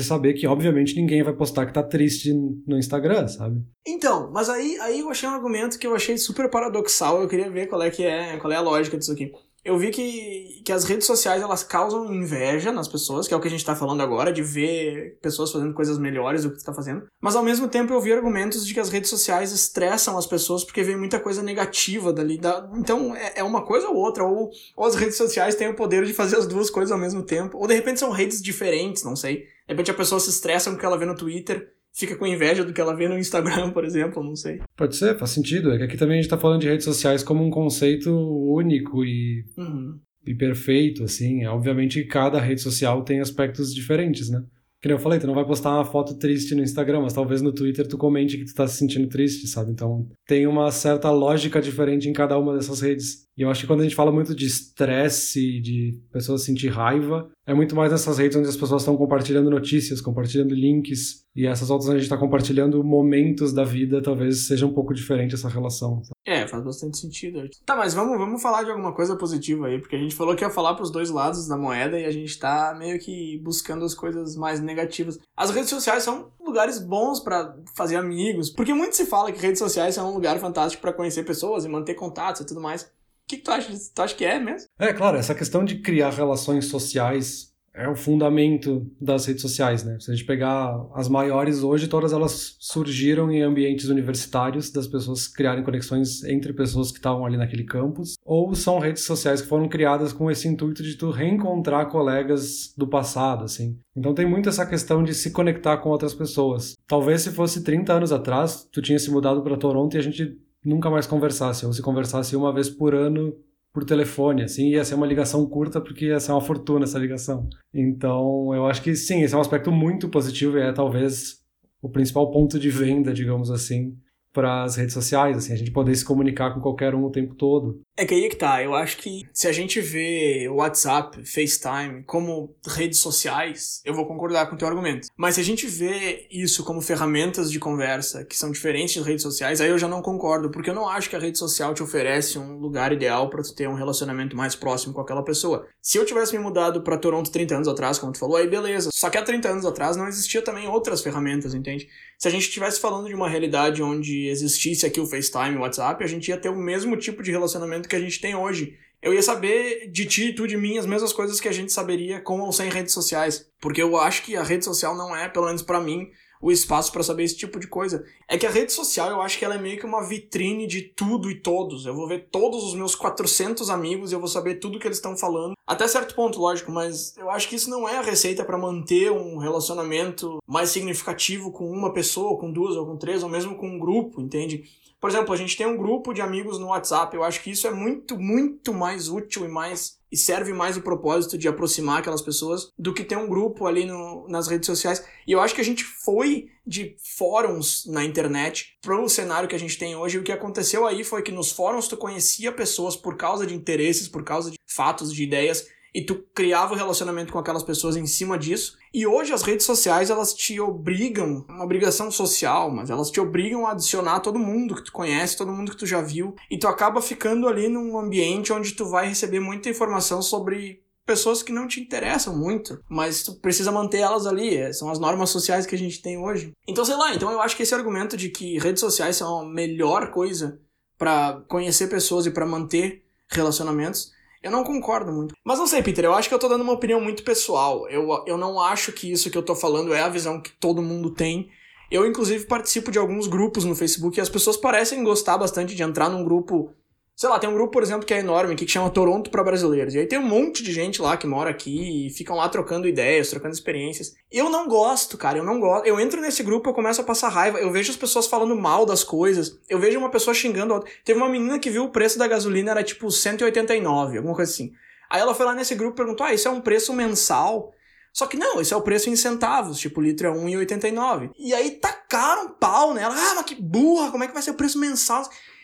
Speaker 1: de saber que, obviamente, ninguém vai postar que tá triste no Instagram, sabe?
Speaker 2: Então, mas aí, aí eu achei um argumento que eu achei super paradoxal, eu queria ver qual é, que é, qual é a lógica disso aqui. Eu vi que, que as redes sociais, elas causam inveja nas pessoas, que é o que a gente tá falando agora, de ver pessoas fazendo coisas melhores do que tu tá fazendo. Mas ao mesmo tempo eu vi argumentos de que as redes sociais estressam as pessoas porque vem muita coisa negativa dali. Da... Então é, é uma coisa ou outra, ou, ou as redes sociais têm o poder de fazer as duas coisas ao mesmo tempo, ou de repente são redes diferentes, não sei. De repente a pessoa se estressa com o que ela vê no Twitter, fica com inveja do que ela vê no Instagram, por exemplo, não sei.
Speaker 1: Pode ser, faz sentido. É que aqui também a gente tá falando de redes sociais como um conceito único e,
Speaker 2: Uhum.
Speaker 1: e perfeito, assim. Obviamente, cada rede social tem aspectos diferentes, né? Que nem eu falei, tu não vai postar uma foto triste no Instagram, mas talvez no Twitter tu comente que tu tá se sentindo triste, sabe? Então, tem uma certa lógica diferente em cada uma dessas redes. E eu acho que quando a gente fala muito de estresse, de pessoas sentir raiva, é muito mais nessas redes onde as pessoas estão compartilhando notícias, compartilhando links, e essas outras onde a gente tá compartilhando momentos da vida, talvez seja um pouco diferente essa relação, sabe?
Speaker 2: É, faz bastante sentido. Tá, mas vamos, vamos falar de alguma coisa positiva aí, porque a gente falou que ia falar pros dois lados da moeda e a gente tá meio que buscando as coisas mais negativas. As redes sociais são lugares bons pra fazer amigos, porque muito se fala que redes sociais são um lugar fantástico pra conhecer pessoas e manter contatos e tudo mais. O que, que tu acha disso? Tu acha que é mesmo?
Speaker 1: É, claro, essa questão de criar relações sociais é o fundamento das redes sociais, né? Se a gente pegar as maiores hoje, todas elas surgiram em ambientes universitários, das pessoas criarem conexões entre pessoas que estavam ali naquele campus, ou são redes sociais que foram criadas com esse intuito de tu reencontrar colegas do passado, assim. Então tem muito essa questão de se conectar com outras pessoas. Talvez se fosse trinta anos atrás, tu tinha se mudado para Toronto e a gente nunca mais conversasse, ou se conversasse uma vez por ano por telefone, assim, ia ser uma ligação curta porque ia ser uma fortuna essa ligação. Então, eu acho que sim, esse é um aspecto muito positivo e é talvez o principal ponto de venda, digamos assim, para as redes sociais, assim, a gente poder se comunicar com qualquer um o tempo todo.
Speaker 2: É que aí que tá, eu acho que se a gente vê WhatsApp, FaceTime como redes sociais, eu vou concordar com o teu argumento. Mas se a gente vê isso como ferramentas de conversa que são diferentes de redes sociais, aí eu já não concordo, porque eu não acho que a rede social te oferece um lugar ideal pra tu ter um relacionamento mais próximo com aquela pessoa. Se eu tivesse me mudado pra Toronto trinta anos atrás, como tu falou, aí beleza. Só que há trinta anos atrás não existia também outras ferramentas, entende? Se a gente estivesse falando de uma realidade onde existisse aqui o FaceTime e o WhatsApp, a gente ia ter o mesmo tipo de relacionamento que a gente tem hoje. Eu ia saber de ti e tu de mim as mesmas coisas que a gente saberia com ou sem redes sociais. Porque eu acho que a rede social não é, pelo menos pra mim, o espaço pra saber esse tipo de coisa. É que a rede social, eu acho que ela é meio que uma vitrine de tudo e todos. Eu vou ver todos os meus quatrocentos amigos e eu vou saber tudo que eles estão falando. Até certo ponto, lógico, mas eu acho que isso não é a receita pra manter um relacionamento mais significativo com uma pessoa, com duas ou com três, ou mesmo com um grupo, entende? Por exemplo, a gente tem um grupo de amigos no WhatsApp, eu acho que isso é muito, muito mais útil e mais e serve mais o propósito de aproximar aquelas pessoas do que ter um grupo ali no, nas redes sociais. E eu acho que a gente foi de fóruns na internet pro cenário que a gente tem hoje, e o que aconteceu aí foi que nos fóruns tu conhecia pessoas por causa de interesses, por causa de fatos, de ideias, e tu criava um relacionamento com aquelas pessoas em cima disso. E hoje as redes sociais, elas te obrigam, uma obrigação social, mas elas te obrigam a adicionar todo mundo que tu conhece, todo mundo que tu já viu, e tu acaba ficando ali num ambiente onde tu vai receber muita informação sobre pessoas que não te interessam muito, mas tu precisa manter elas ali, são as normas sociais que a gente tem hoje. Então, sei lá, então eu acho que esse argumento de que redes sociais são a melhor coisa pra conhecer pessoas e pra manter relacionamentos, eu não concordo muito. Mas não sei, Peter, eu acho que eu tô dando uma opinião muito pessoal. Eu, eu não acho que isso que eu tô falando é a visão que todo mundo tem. Eu, inclusive, participo de alguns grupos no Facebook e as pessoas parecem gostar bastante de entrar num grupo... Sei lá, tem um grupo, por exemplo, que é enorme, que chama Toronto para Brasileiros. E aí tem um monte de gente lá que mora aqui e ficam lá trocando ideias, trocando experiências. Eu não gosto, cara, eu não gosto. Eu entro nesse grupo, eu começo a passar raiva, eu vejo as pessoas falando mal das coisas, eu vejo uma pessoa xingando a outra. Teve uma menina que viu o preço da gasolina, era tipo cento e oitenta e nove, alguma coisa assim. Aí ela foi lá nesse grupo e perguntou, ah, isso é um preço mensal? Só que não, esse é o preço em centavos, tipo, o litro é um real e oitenta e nove. E aí tacaram pau nela, ah, mas que burra, como é que vai ser o preço mensal?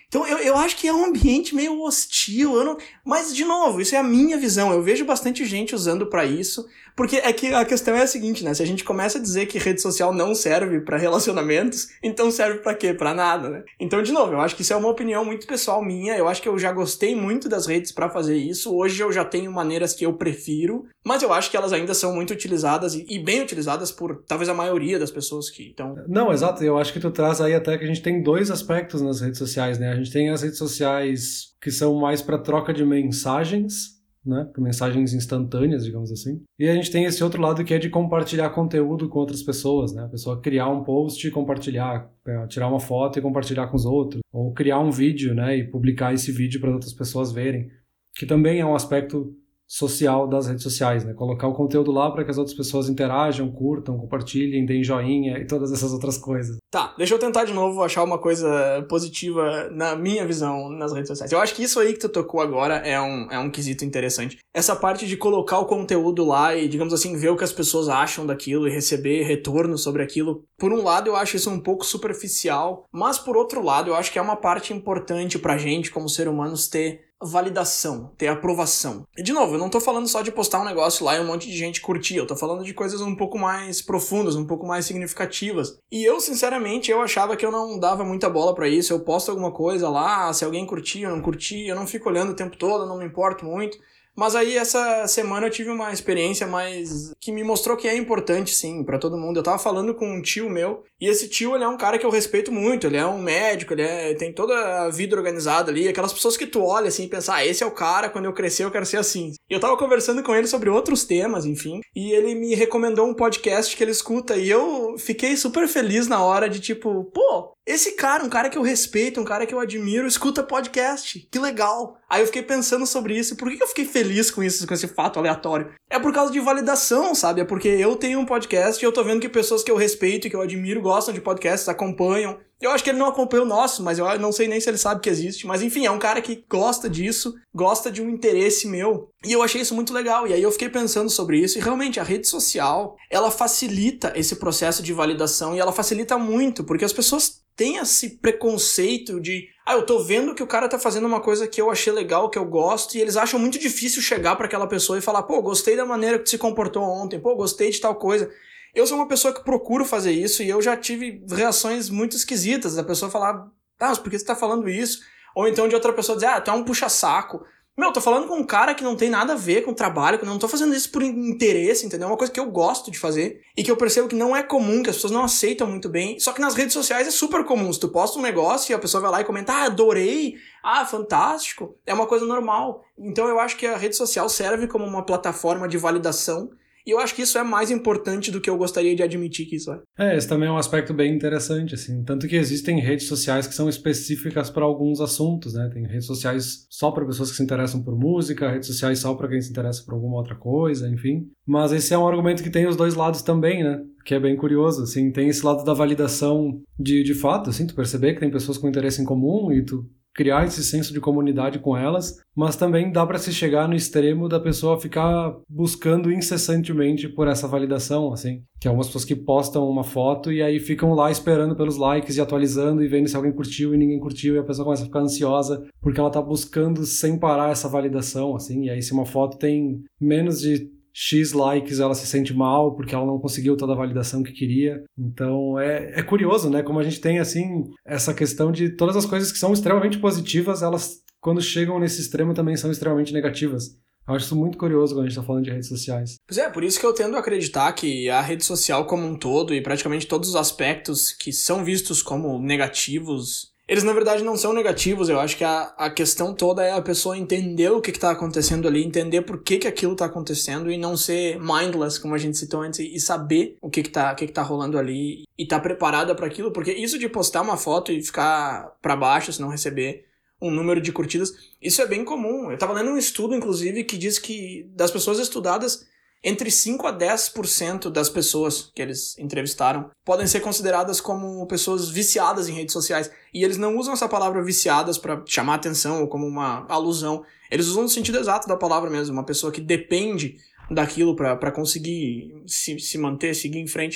Speaker 2: Então eu, eu acho que é um ambiente meio hostil, eu não... mas de novo, isso é a minha visão, eu vejo bastante gente usando pra isso, porque é que a questão é a seguinte, né, se a gente começa a dizer que rede social não serve pra relacionamentos, então serve pra quê? Pra nada, né? Então, de novo, eu acho que isso é uma opinião muito pessoal minha, eu acho que eu já gostei muito das redes pra fazer isso, hoje eu já tenho maneiras que eu prefiro, mas eu acho que elas ainda são muito utilizadas e, e bem utilizadas por talvez a maioria das pessoas que estão...
Speaker 1: Não, exato, eu acho que tu traz aí até que a gente tem dois aspectos nas redes sociais, né? A gente tem as redes sociais que são mais para troca de mensagens, né? Para mensagens instantâneas, digamos assim. E a gente tem esse outro lado que é de compartilhar conteúdo com outras pessoas, né? A pessoa criar um post e compartilhar, tirar uma foto e compartilhar com os outros. Ou criar um vídeo, né? E publicar esse vídeo para outras pessoas verem. Que também é um aspecto social das redes sociais, né? Colocar o conteúdo lá para que as outras pessoas interajam, curtam, compartilhem, deem joinha e todas essas outras coisas.
Speaker 2: Tá, deixa eu tentar de novo achar uma coisa positiva na minha visão nas redes sociais. Eu acho que isso aí que tu tocou agora é um, é um quesito interessante. Essa parte de colocar o conteúdo lá e, digamos assim, ver o que as pessoas acham daquilo e receber retorno sobre aquilo. Por um lado, eu acho isso um pouco superficial, mas por outro lado, eu acho que é uma parte importante pra gente, como ser humanos, ter validação, ter aprovação. E de novo, eu não tô falando só de postar um negócio lá e um monte de gente curtir, eu tô falando de coisas um pouco mais profundas, um pouco mais significativas. E eu, sinceramente, eu achava que eu não dava muita bola pra isso, eu posto alguma coisa lá, se alguém curtir ou não curtir, eu não fico olhando o tempo todo, eu não me importo muito. Mas aí essa semana eu tive uma experiência mais que me mostrou que é importante sim pra todo mundo. Eu tava falando com um tio meu, e esse tio ele é um cara que eu respeito muito, ele é um médico, ele é, tem toda a vida organizada ali, aquelas pessoas que tu olha assim e pensa, ah, esse é o cara, quando eu crescer eu quero ser assim. E eu tava conversando com ele sobre outros temas, enfim, e ele me recomendou um podcast que ele escuta, e eu fiquei super feliz na hora de tipo, pô, esse cara, um cara que eu respeito, um cara que eu admiro, escuta podcast, que legal. Aí eu fiquei pensando sobre isso, por que eu fiquei feliz com isso, com esse fato aleatório? É por causa de validação, sabe? É porque eu tenho um podcast e eu tô vendo que pessoas que eu respeito e que eu admiro gostam de podcasts, acompanham. Eu acho que ele não acompanha o nosso, mas eu não sei nem se ele sabe que existe. Mas enfim, é um cara que gosta disso, gosta de um interesse meu. E eu achei isso muito legal. E aí eu fiquei pensando sobre isso. E realmente, a rede social, ela facilita esse processo de validação. E ela facilita muito, porque as pessoas têm esse preconceito de... Ah, eu tô vendo que o cara tá fazendo uma coisa que eu achei legal, que eu gosto. E eles acham muito difícil chegar pra aquela pessoa e falar, pô, gostei da maneira que tu se comportou ontem. Pô, gostei de tal coisa. Eu sou uma pessoa que procuro fazer isso e eu já tive reações muito esquisitas da pessoa falar, ah, mas por que você tá falando isso? Ou então de outra pessoa dizer, ah, tu é um puxa-saco. Meu, eu tô falando com um cara que não tem nada a ver com o trabalho, que eu não tô fazendo isso por interesse, entendeu? É uma coisa que eu gosto de fazer e que eu percebo que não é comum, que as pessoas não aceitam muito bem. Só que nas redes sociais é super comum. Se tu posta um negócio e a pessoa vai lá e comenta, ah, adorei, ah, fantástico, é uma coisa normal. Então eu acho que a rede social serve como uma plataforma de validação. E eu acho que isso é mais importante do que eu gostaria de admitir que isso é.
Speaker 1: É, esse também é um aspecto bem interessante, assim. Tanto que existem redes sociais que são específicas para alguns assuntos, né? Tem redes sociais só para pessoas que se interessam por música, redes sociais só para quem se interessa por alguma outra coisa, enfim. Mas esse é um argumento que tem os dois lados também, né? Que é bem curioso, assim. Tem esse lado da validação de, de fato, assim, tu perceber que tem pessoas com interesse em comum e tu criar esse senso de comunidade com elas, mas também dá para se chegar no extremo da pessoa ficar buscando incessantemente por essa validação, assim, que é umas pessoas que postam uma foto e aí ficam lá esperando pelos likes e atualizando e vendo se alguém curtiu e ninguém curtiu e a pessoa começa a ficar ansiosa porque ela tá buscando sem parar essa validação, assim, e aí se uma foto tem menos de X likes, ela se sente mal porque ela não conseguiu toda a validação que queria. Então é, é curioso, né? Como a gente tem, assim, essa questão de todas as coisas que são extremamente positivas, elas, quando chegam nesse extremo, também são extremamente negativas. Eu acho isso muito curioso quando a gente tá falando de redes sociais.
Speaker 2: Pois é, por isso que eu tendo a acreditar que a rede social como um todo e praticamente todos os aspectos que são vistos como negativos, eles na verdade não são negativos. Eu acho que a, a questão toda é a pessoa entender o que que tá acontecendo ali, entender por que que aquilo tá acontecendo e não ser mindless, como a gente citou antes, e saber o que que tá, o que que tá rolando ali e tá preparada para aquilo, porque isso de postar uma foto e ficar para baixo se não receber um número de curtidas, isso é bem comum. Eu tava lendo um estudo, inclusive, que diz que das pessoas estudadas, entre cinco a dez por cento das pessoas que eles entrevistaram podem ser consideradas como pessoas viciadas em redes sociais. E eles não usam essa palavra viciadas para chamar atenção ou como uma alusão. Eles usam no sentido exato da palavra mesmo. Uma pessoa que depende daquilo para conseguir se, se manter, seguir em frente.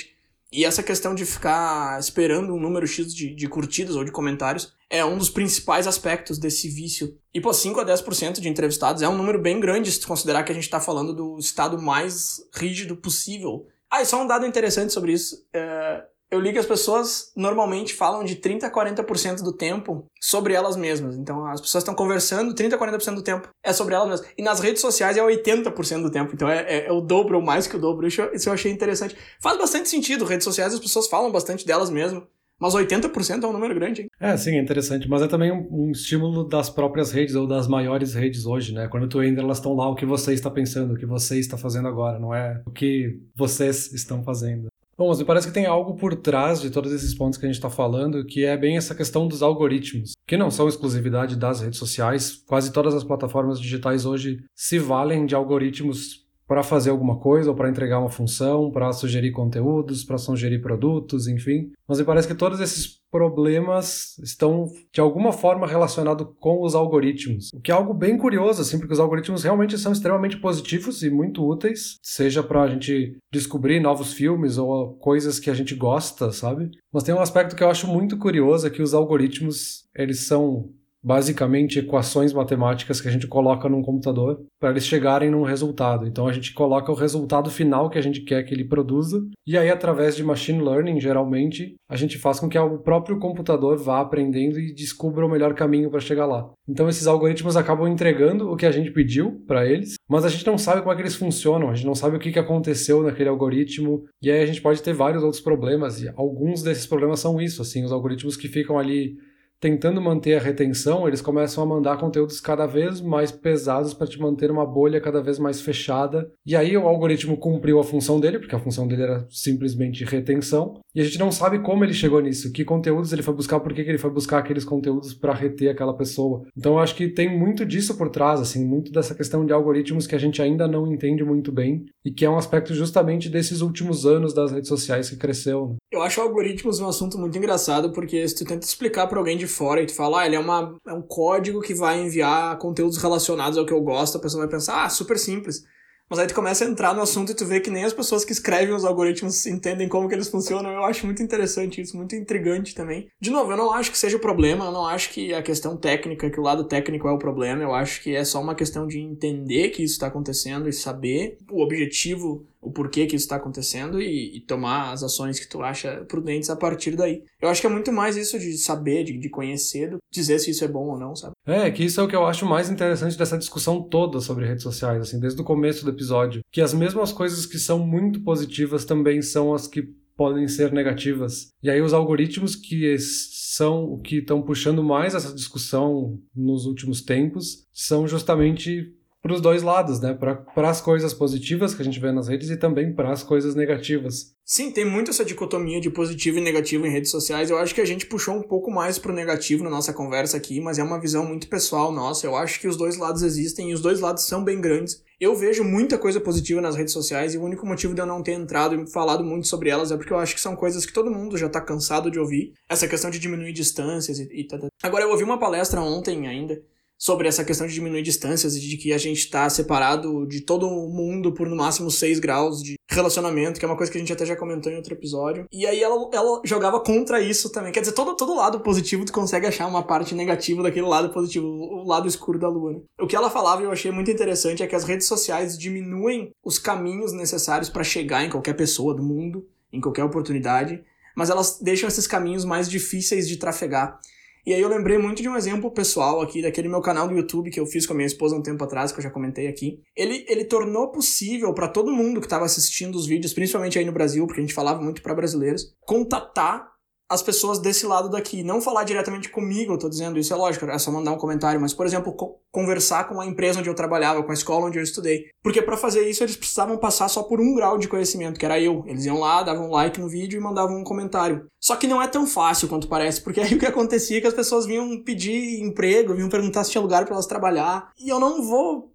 Speaker 2: E essa questão de ficar esperando um número X de, de curtidas ou de comentários é um dos principais aspectos desse vício. E, pô, cinco a dez por cento de entrevistados é um número bem grande se tu considerar que a gente tá falando do estado mais rígido possível. Ah, e só um dado interessante sobre isso. É, eu li que as pessoas normalmente falam de trinta a quarenta por cento do tempo sobre elas mesmas. Então, as pessoas estão conversando, trinta a quarenta por cento do tempo é sobre elas mesmas. E nas redes sociais é oitenta por cento do tempo. Então, é, é, é o dobro ou mais que o dobro. Isso, isso eu achei interessante. Faz bastante sentido. Redes sociais, as pessoas falam bastante delas mesmas. Mas oitenta por cento é um número grande, hein?
Speaker 1: É, sim, é interessante. Mas é também um, um estímulo das próprias redes ou das maiores redes hoje, né? Quando tu entra, elas estão lá o que você está pensando, o que você está fazendo agora, não é o que vocês estão fazendo. Bom, mas me parece que tem algo por trás de todos esses pontos que a gente está falando, que é bem essa questão dos algoritmos, que não são exclusividade das redes sociais. Quase todas as plataformas digitais hoje se valem de algoritmos para fazer alguma coisa, ou para entregar uma função, para sugerir conteúdos, para sugerir produtos, enfim. Mas me parece que todos esses problemas estão, de alguma forma, relacionados com os algoritmos. O que é algo bem curioso, assim, porque os algoritmos realmente são extremamente positivos e muito úteis, seja para a gente descobrir novos filmes ou coisas que a gente gosta, sabe? Mas tem um aspecto que eu acho muito curioso, é que os algoritmos, eles são basicamente equações matemáticas que a gente coloca num computador para eles chegarem num resultado. Então a gente coloca o resultado final que a gente quer que ele produza e aí através de machine learning, geralmente, a gente faz com que o próprio computador vá aprendendo e descubra o melhor caminho para chegar lá. Então esses algoritmos acabam entregando o que a gente pediu para eles, mas a gente não sabe como é que eles funcionam, a gente não sabe o que aconteceu naquele algoritmo e aí a gente pode ter vários outros problemas e alguns desses problemas são isso, assim, os algoritmos que ficam ali tentando manter a retenção, eles começam a mandar conteúdos cada vez mais pesados para te manter uma bolha cada vez mais fechada. E aí o algoritmo cumpriu a função dele, porque a função dele era simplesmente retenção. E a gente não sabe como ele chegou nisso, que conteúdos ele foi buscar, por que ele foi buscar aqueles conteúdos para reter aquela pessoa. Então eu acho que tem muito disso por trás, assim, muito dessa questão de algoritmos que a gente ainda não entende muito bem e que é um aspecto justamente desses últimos anos das redes sociais que cresceu, né?
Speaker 2: Eu acho algoritmos um assunto muito engraçado, porque se tu tenta explicar para alguém de fora e tu fala, ah, ele é, uma, é um código que vai enviar conteúdos relacionados ao que eu gosto, a pessoa vai pensar, ah, super simples. Mas aí tu começa a entrar no assunto e tu vê que nem as pessoas que escrevem os algoritmos entendem como que eles funcionam. Eu acho muito interessante isso, muito intrigante também. De novo, eu não acho que seja o problema, eu não acho que a questão técnica, que o lado técnico é o problema, eu acho que é só uma questão de entender que isso está acontecendo e saber o objetivo, o porquê que isso está acontecendo e, e tomar as ações que tu acha prudentes a partir daí. Eu acho que é muito mais isso de saber, de, de conhecer, do dizer se isso é bom ou não, sabe?
Speaker 1: É, que isso é o que eu acho mais interessante dessa discussão toda sobre redes sociais, assim, desde o começo do episódio. Que as mesmas coisas que são muito positivas também são as que podem ser negativas. E aí os algoritmos que são o que estão puxando mais essa discussão nos últimos tempos são justamente para os dois lados, né? Para as coisas positivas que a gente vê nas redes e também para as coisas negativas.
Speaker 2: Sim, tem muito essa dicotomia de positivo e negativo em redes sociais. Eu acho que a gente puxou um pouco mais pro negativo na nossa conversa aqui, mas é uma visão muito pessoal nossa. Eu acho que os dois lados existem e os dois lados são bem grandes. Eu vejo muita coisa positiva nas redes sociais e o único motivo de eu não ter entrado e falado muito sobre elas é porque eu acho que são coisas que todo mundo já tá cansado de ouvir. Essa questão de diminuir distâncias e, e tal. Agora, eu ouvi uma palestra ontem ainda sobre essa questão de diminuir distâncias e de que a gente está separado de todo o mundo por no máximo seis graus de relacionamento, que é uma coisa que a gente até já comentou em outro episódio. E aí ela, ela jogava contra isso também. Quer dizer, todo, todo lado positivo tu consegue achar uma parte negativa daquele lado positivo, o lado escuro da lua, né? O que ela falava e eu achei muito interessante é que as redes sociais diminuem os caminhos necessários para chegar em qualquer pessoa do mundo, em qualquer oportunidade, mas elas deixam esses caminhos mais difíceis de trafegar. E aí eu lembrei muito de um exemplo pessoal aqui, daquele meu canal do YouTube que eu fiz com a minha esposa um tempo atrás, que eu já comentei aqui. Ele, ele tornou possível para todo mundo que estava assistindo os vídeos, principalmente aí no Brasil, porque a gente falava muito para brasileiros, contatar as pessoas desse lado daqui. Não falar diretamente comigo, eu tô dizendo isso, é lógico, é só mandar um comentário, mas, por exemplo, co- conversar com a empresa onde eu trabalhava, com a escola onde eu estudei. Porque para fazer isso eles precisavam passar só por um grau de conhecimento, que era eu. Eles iam lá, davam um like no vídeo e mandavam um comentário. Só que não é tão fácil quanto parece, porque aí o que acontecia é que as pessoas vinham pedir emprego, vinham perguntar se tinha lugar para elas trabalhar. E eu não vou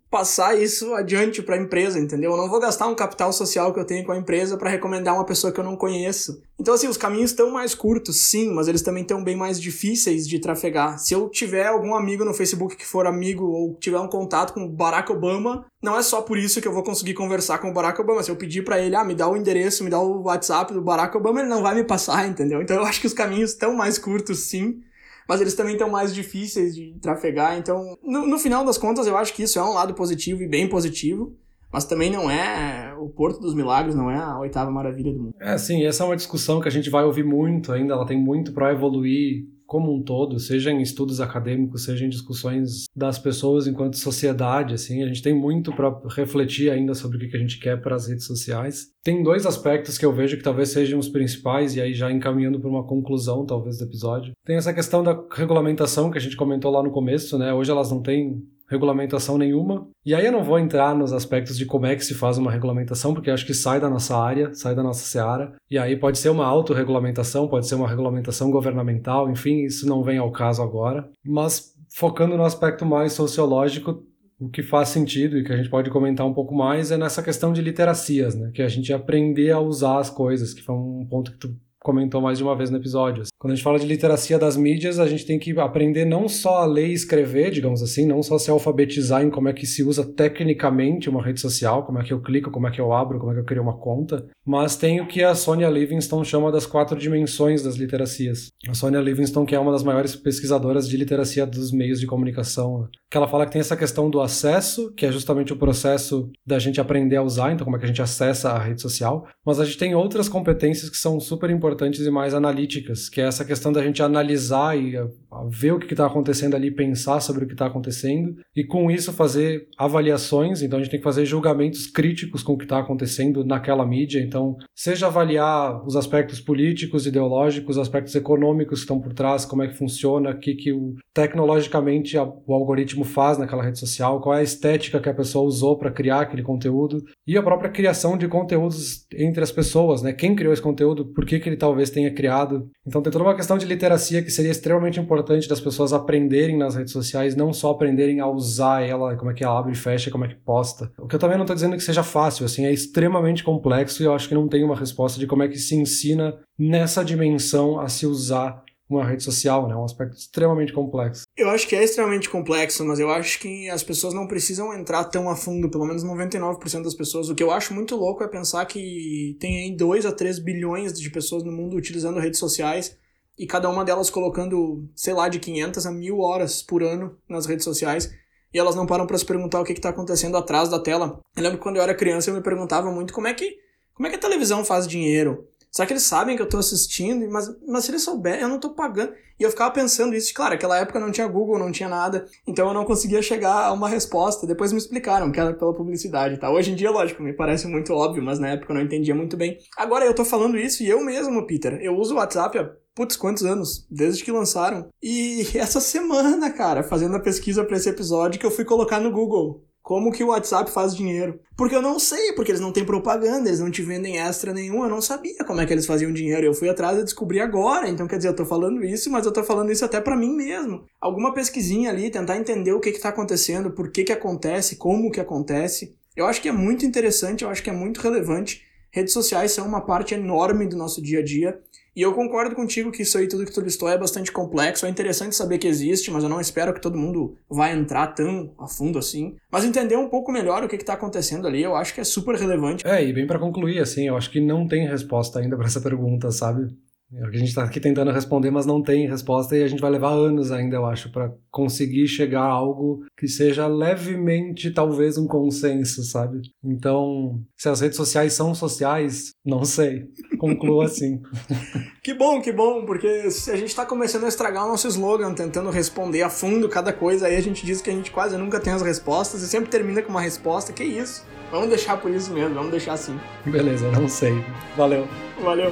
Speaker 2: passar isso adiante para a empresa, entendeu? Eu não vou gastar um capital social que eu tenho com a empresa para recomendar uma pessoa que eu não conheço. Então, assim, os caminhos estão mais curtos, sim, mas eles também estão bem mais difíceis de trafegar. Se eu tiver algum amigo no Facebook que for amigo ou tiver um contato com o Barack Obama, não é só por isso que eu vou conseguir conversar com o Barack Obama. Se eu pedir para ele, ah, me dá o endereço, me dá o WhatsApp do Barack Obama, ele não vai me passar, entendeu? Então, eu acho que os caminhos estão mais curtos, sim, mas eles também estão mais difíceis de trafegar. Então, no, no final das contas, eu acho que isso é um lado positivo e bem positivo, mas também não é o Porto dos Milagres, não é a oitava maravilha do mundo.
Speaker 1: É, sim, essa é uma discussão que a gente vai ouvir muito ainda, ela tem muito para evoluir como um todo, seja em estudos acadêmicos, seja em discussões das pessoas enquanto sociedade, assim, a gente tem muito para refletir ainda sobre o que a gente quer para as redes sociais. Tem dois aspectos que eu vejo que talvez sejam os principais, e aí já encaminhando para uma conclusão, talvez, do episódio. Tem essa questão da regulamentação que a gente comentou lá no começo, né? Hoje elas não têm regulamentação nenhuma. E aí eu não vou entrar nos aspectos de como é que se faz uma regulamentação, porque acho que sai da nossa área, sai da nossa seara. E aí pode ser uma autorregulamentação, pode ser uma regulamentação governamental, enfim, isso não vem ao caso agora. Mas focando no aspecto mais sociológico, o que faz sentido e que a gente pode comentar um pouco mais é nessa questão de literacias, né? Que a gente aprender a usar as coisas, que foi um ponto que tu comentou mais de uma vez no episódio. Quando a gente fala de literacia das mídias, a gente tem que aprender não só a ler e escrever, digamos assim, não só se alfabetizar em como é que se usa tecnicamente uma rede social, como é que eu clico, como é que eu abro, como é que eu crio uma conta, mas tem o que a Sonia Livingstone chama das quatro dimensões das literacias. A Sonia Livingstone, que é uma das maiores pesquisadoras de literacia dos meios de comunicação, que ela fala que tem essa questão do acesso, que é justamente o processo da gente aprender a usar, então como é que a gente acessa a rede social, mas a gente tem outras competências que são super importantes e mais analíticas, que é essa questão da gente analisar e a, a ver o que está acontecendo ali, pensar sobre o que está acontecendo e com isso fazer avaliações. Então a gente tem que fazer julgamentos críticos com o que está acontecendo naquela mídia. Então seja avaliar os aspectos políticos, ideológicos, os aspectos econômicos que estão por trás, como é que funciona, o que, que o, tecnologicamente a, o algoritmo faz naquela rede social, qual é a estética que a pessoa usou para criar aquele conteúdo e a própria criação de conteúdos entre as pessoas, né? Quem criou esse conteúdo, por que, que ele talvez tenha criado. Então tem toda uma questão de literacia que seria extremamente importante das pessoas aprenderem nas redes sociais, não só aprenderem a usar ela, como é que ela abre e fecha, como é que posta. O que eu também não estou dizendo que seja fácil, assim, é extremamente complexo e eu acho que não tem uma resposta de como é que se ensina nessa dimensão a se usar uma rede social, né? Um aspecto extremamente complexo.
Speaker 2: Eu acho que é extremamente complexo, mas eu acho que as pessoas não precisam entrar tão a fundo, pelo menos noventa e nove por cento das pessoas. O que eu acho muito louco é pensar que tem aí dois a três bilhões de pessoas no mundo utilizando redes sociais e cada uma delas colocando, sei lá, de quinhentas a mil horas por ano nas redes sociais e elas não param para se perguntar o que está acontecendo atrás da tela. Eu lembro que quando eu era criança eu me perguntava muito como é que, como é que a televisão faz dinheiro? Será que eles sabem que eu tô assistindo? Mas, mas se eles souberem, eu não tô pagando. E eu ficava pensando isso. Claro, naquela época não tinha Google, não tinha nada. Então eu não conseguia chegar a uma resposta. Depois me explicaram que era pela publicidade, tá? Hoje em dia, lógico, me parece muito óbvio, mas na época eu não entendia muito bem. Agora eu tô falando isso e eu mesmo, Peter, eu uso o WhatsApp há, putz, quantos anos? Desde que lançaram. E essa semana, cara, fazendo a pesquisa pra esse episódio, que eu fui colocar no Google. Como que o WhatsApp faz dinheiro? Porque eu não sei, porque eles não têm propaganda, eles não te vendem extra nenhum, eu não sabia como é que eles faziam dinheiro. Eu fui atrás e descobri agora, então quer dizer, eu tô falando isso, mas eu tô falando isso até pra mim mesmo. Alguma pesquisinha ali, tentar entender o que que tá acontecendo, por que que acontece, como que acontece. Eu acho que é muito interessante, eu acho que é muito relevante. Redes sociais são uma parte enorme do nosso dia a dia. E eu concordo contigo que isso aí, tudo que tu listou, é bastante complexo. É interessante saber que existe, mas eu não espero que todo mundo vá entrar tão a fundo assim. Mas entender um pouco melhor o que está acontecendo ali, eu acho que é super relevante.
Speaker 1: É, e bem para concluir, assim, eu acho que não tem resposta ainda para essa pergunta, sabe? É o que a gente está aqui tentando responder, mas não tem resposta e a gente vai levar anos ainda, eu acho, para conseguir chegar a algo que seja levemente, talvez, um consenso, sabe? Então, se as redes sociais são sociais, não sei. Concluo assim.
Speaker 2: Que bom, que bom, porque se a gente está começando a estragar o nosso slogan, tentando responder a fundo cada coisa, aí a gente diz que a gente quase nunca tem as respostas e sempre termina com uma resposta, que isso? Vamos deixar por isso mesmo, vamos deixar assim.
Speaker 1: Beleza, não sei. Valeu.
Speaker 2: Valeu.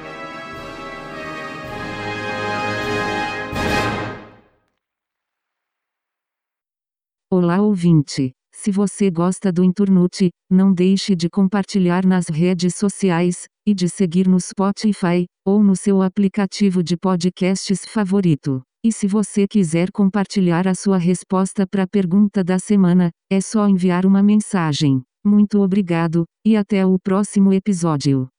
Speaker 3: Olá ouvinte, se você gosta do Inturnute, não deixe de compartilhar nas redes sociais, e de seguir no Spotify, ou no seu aplicativo de podcasts favorito. E se você quiser compartilhar a sua resposta para a pergunta da semana, é só enviar uma mensagem. Muito obrigado, e até o próximo episódio.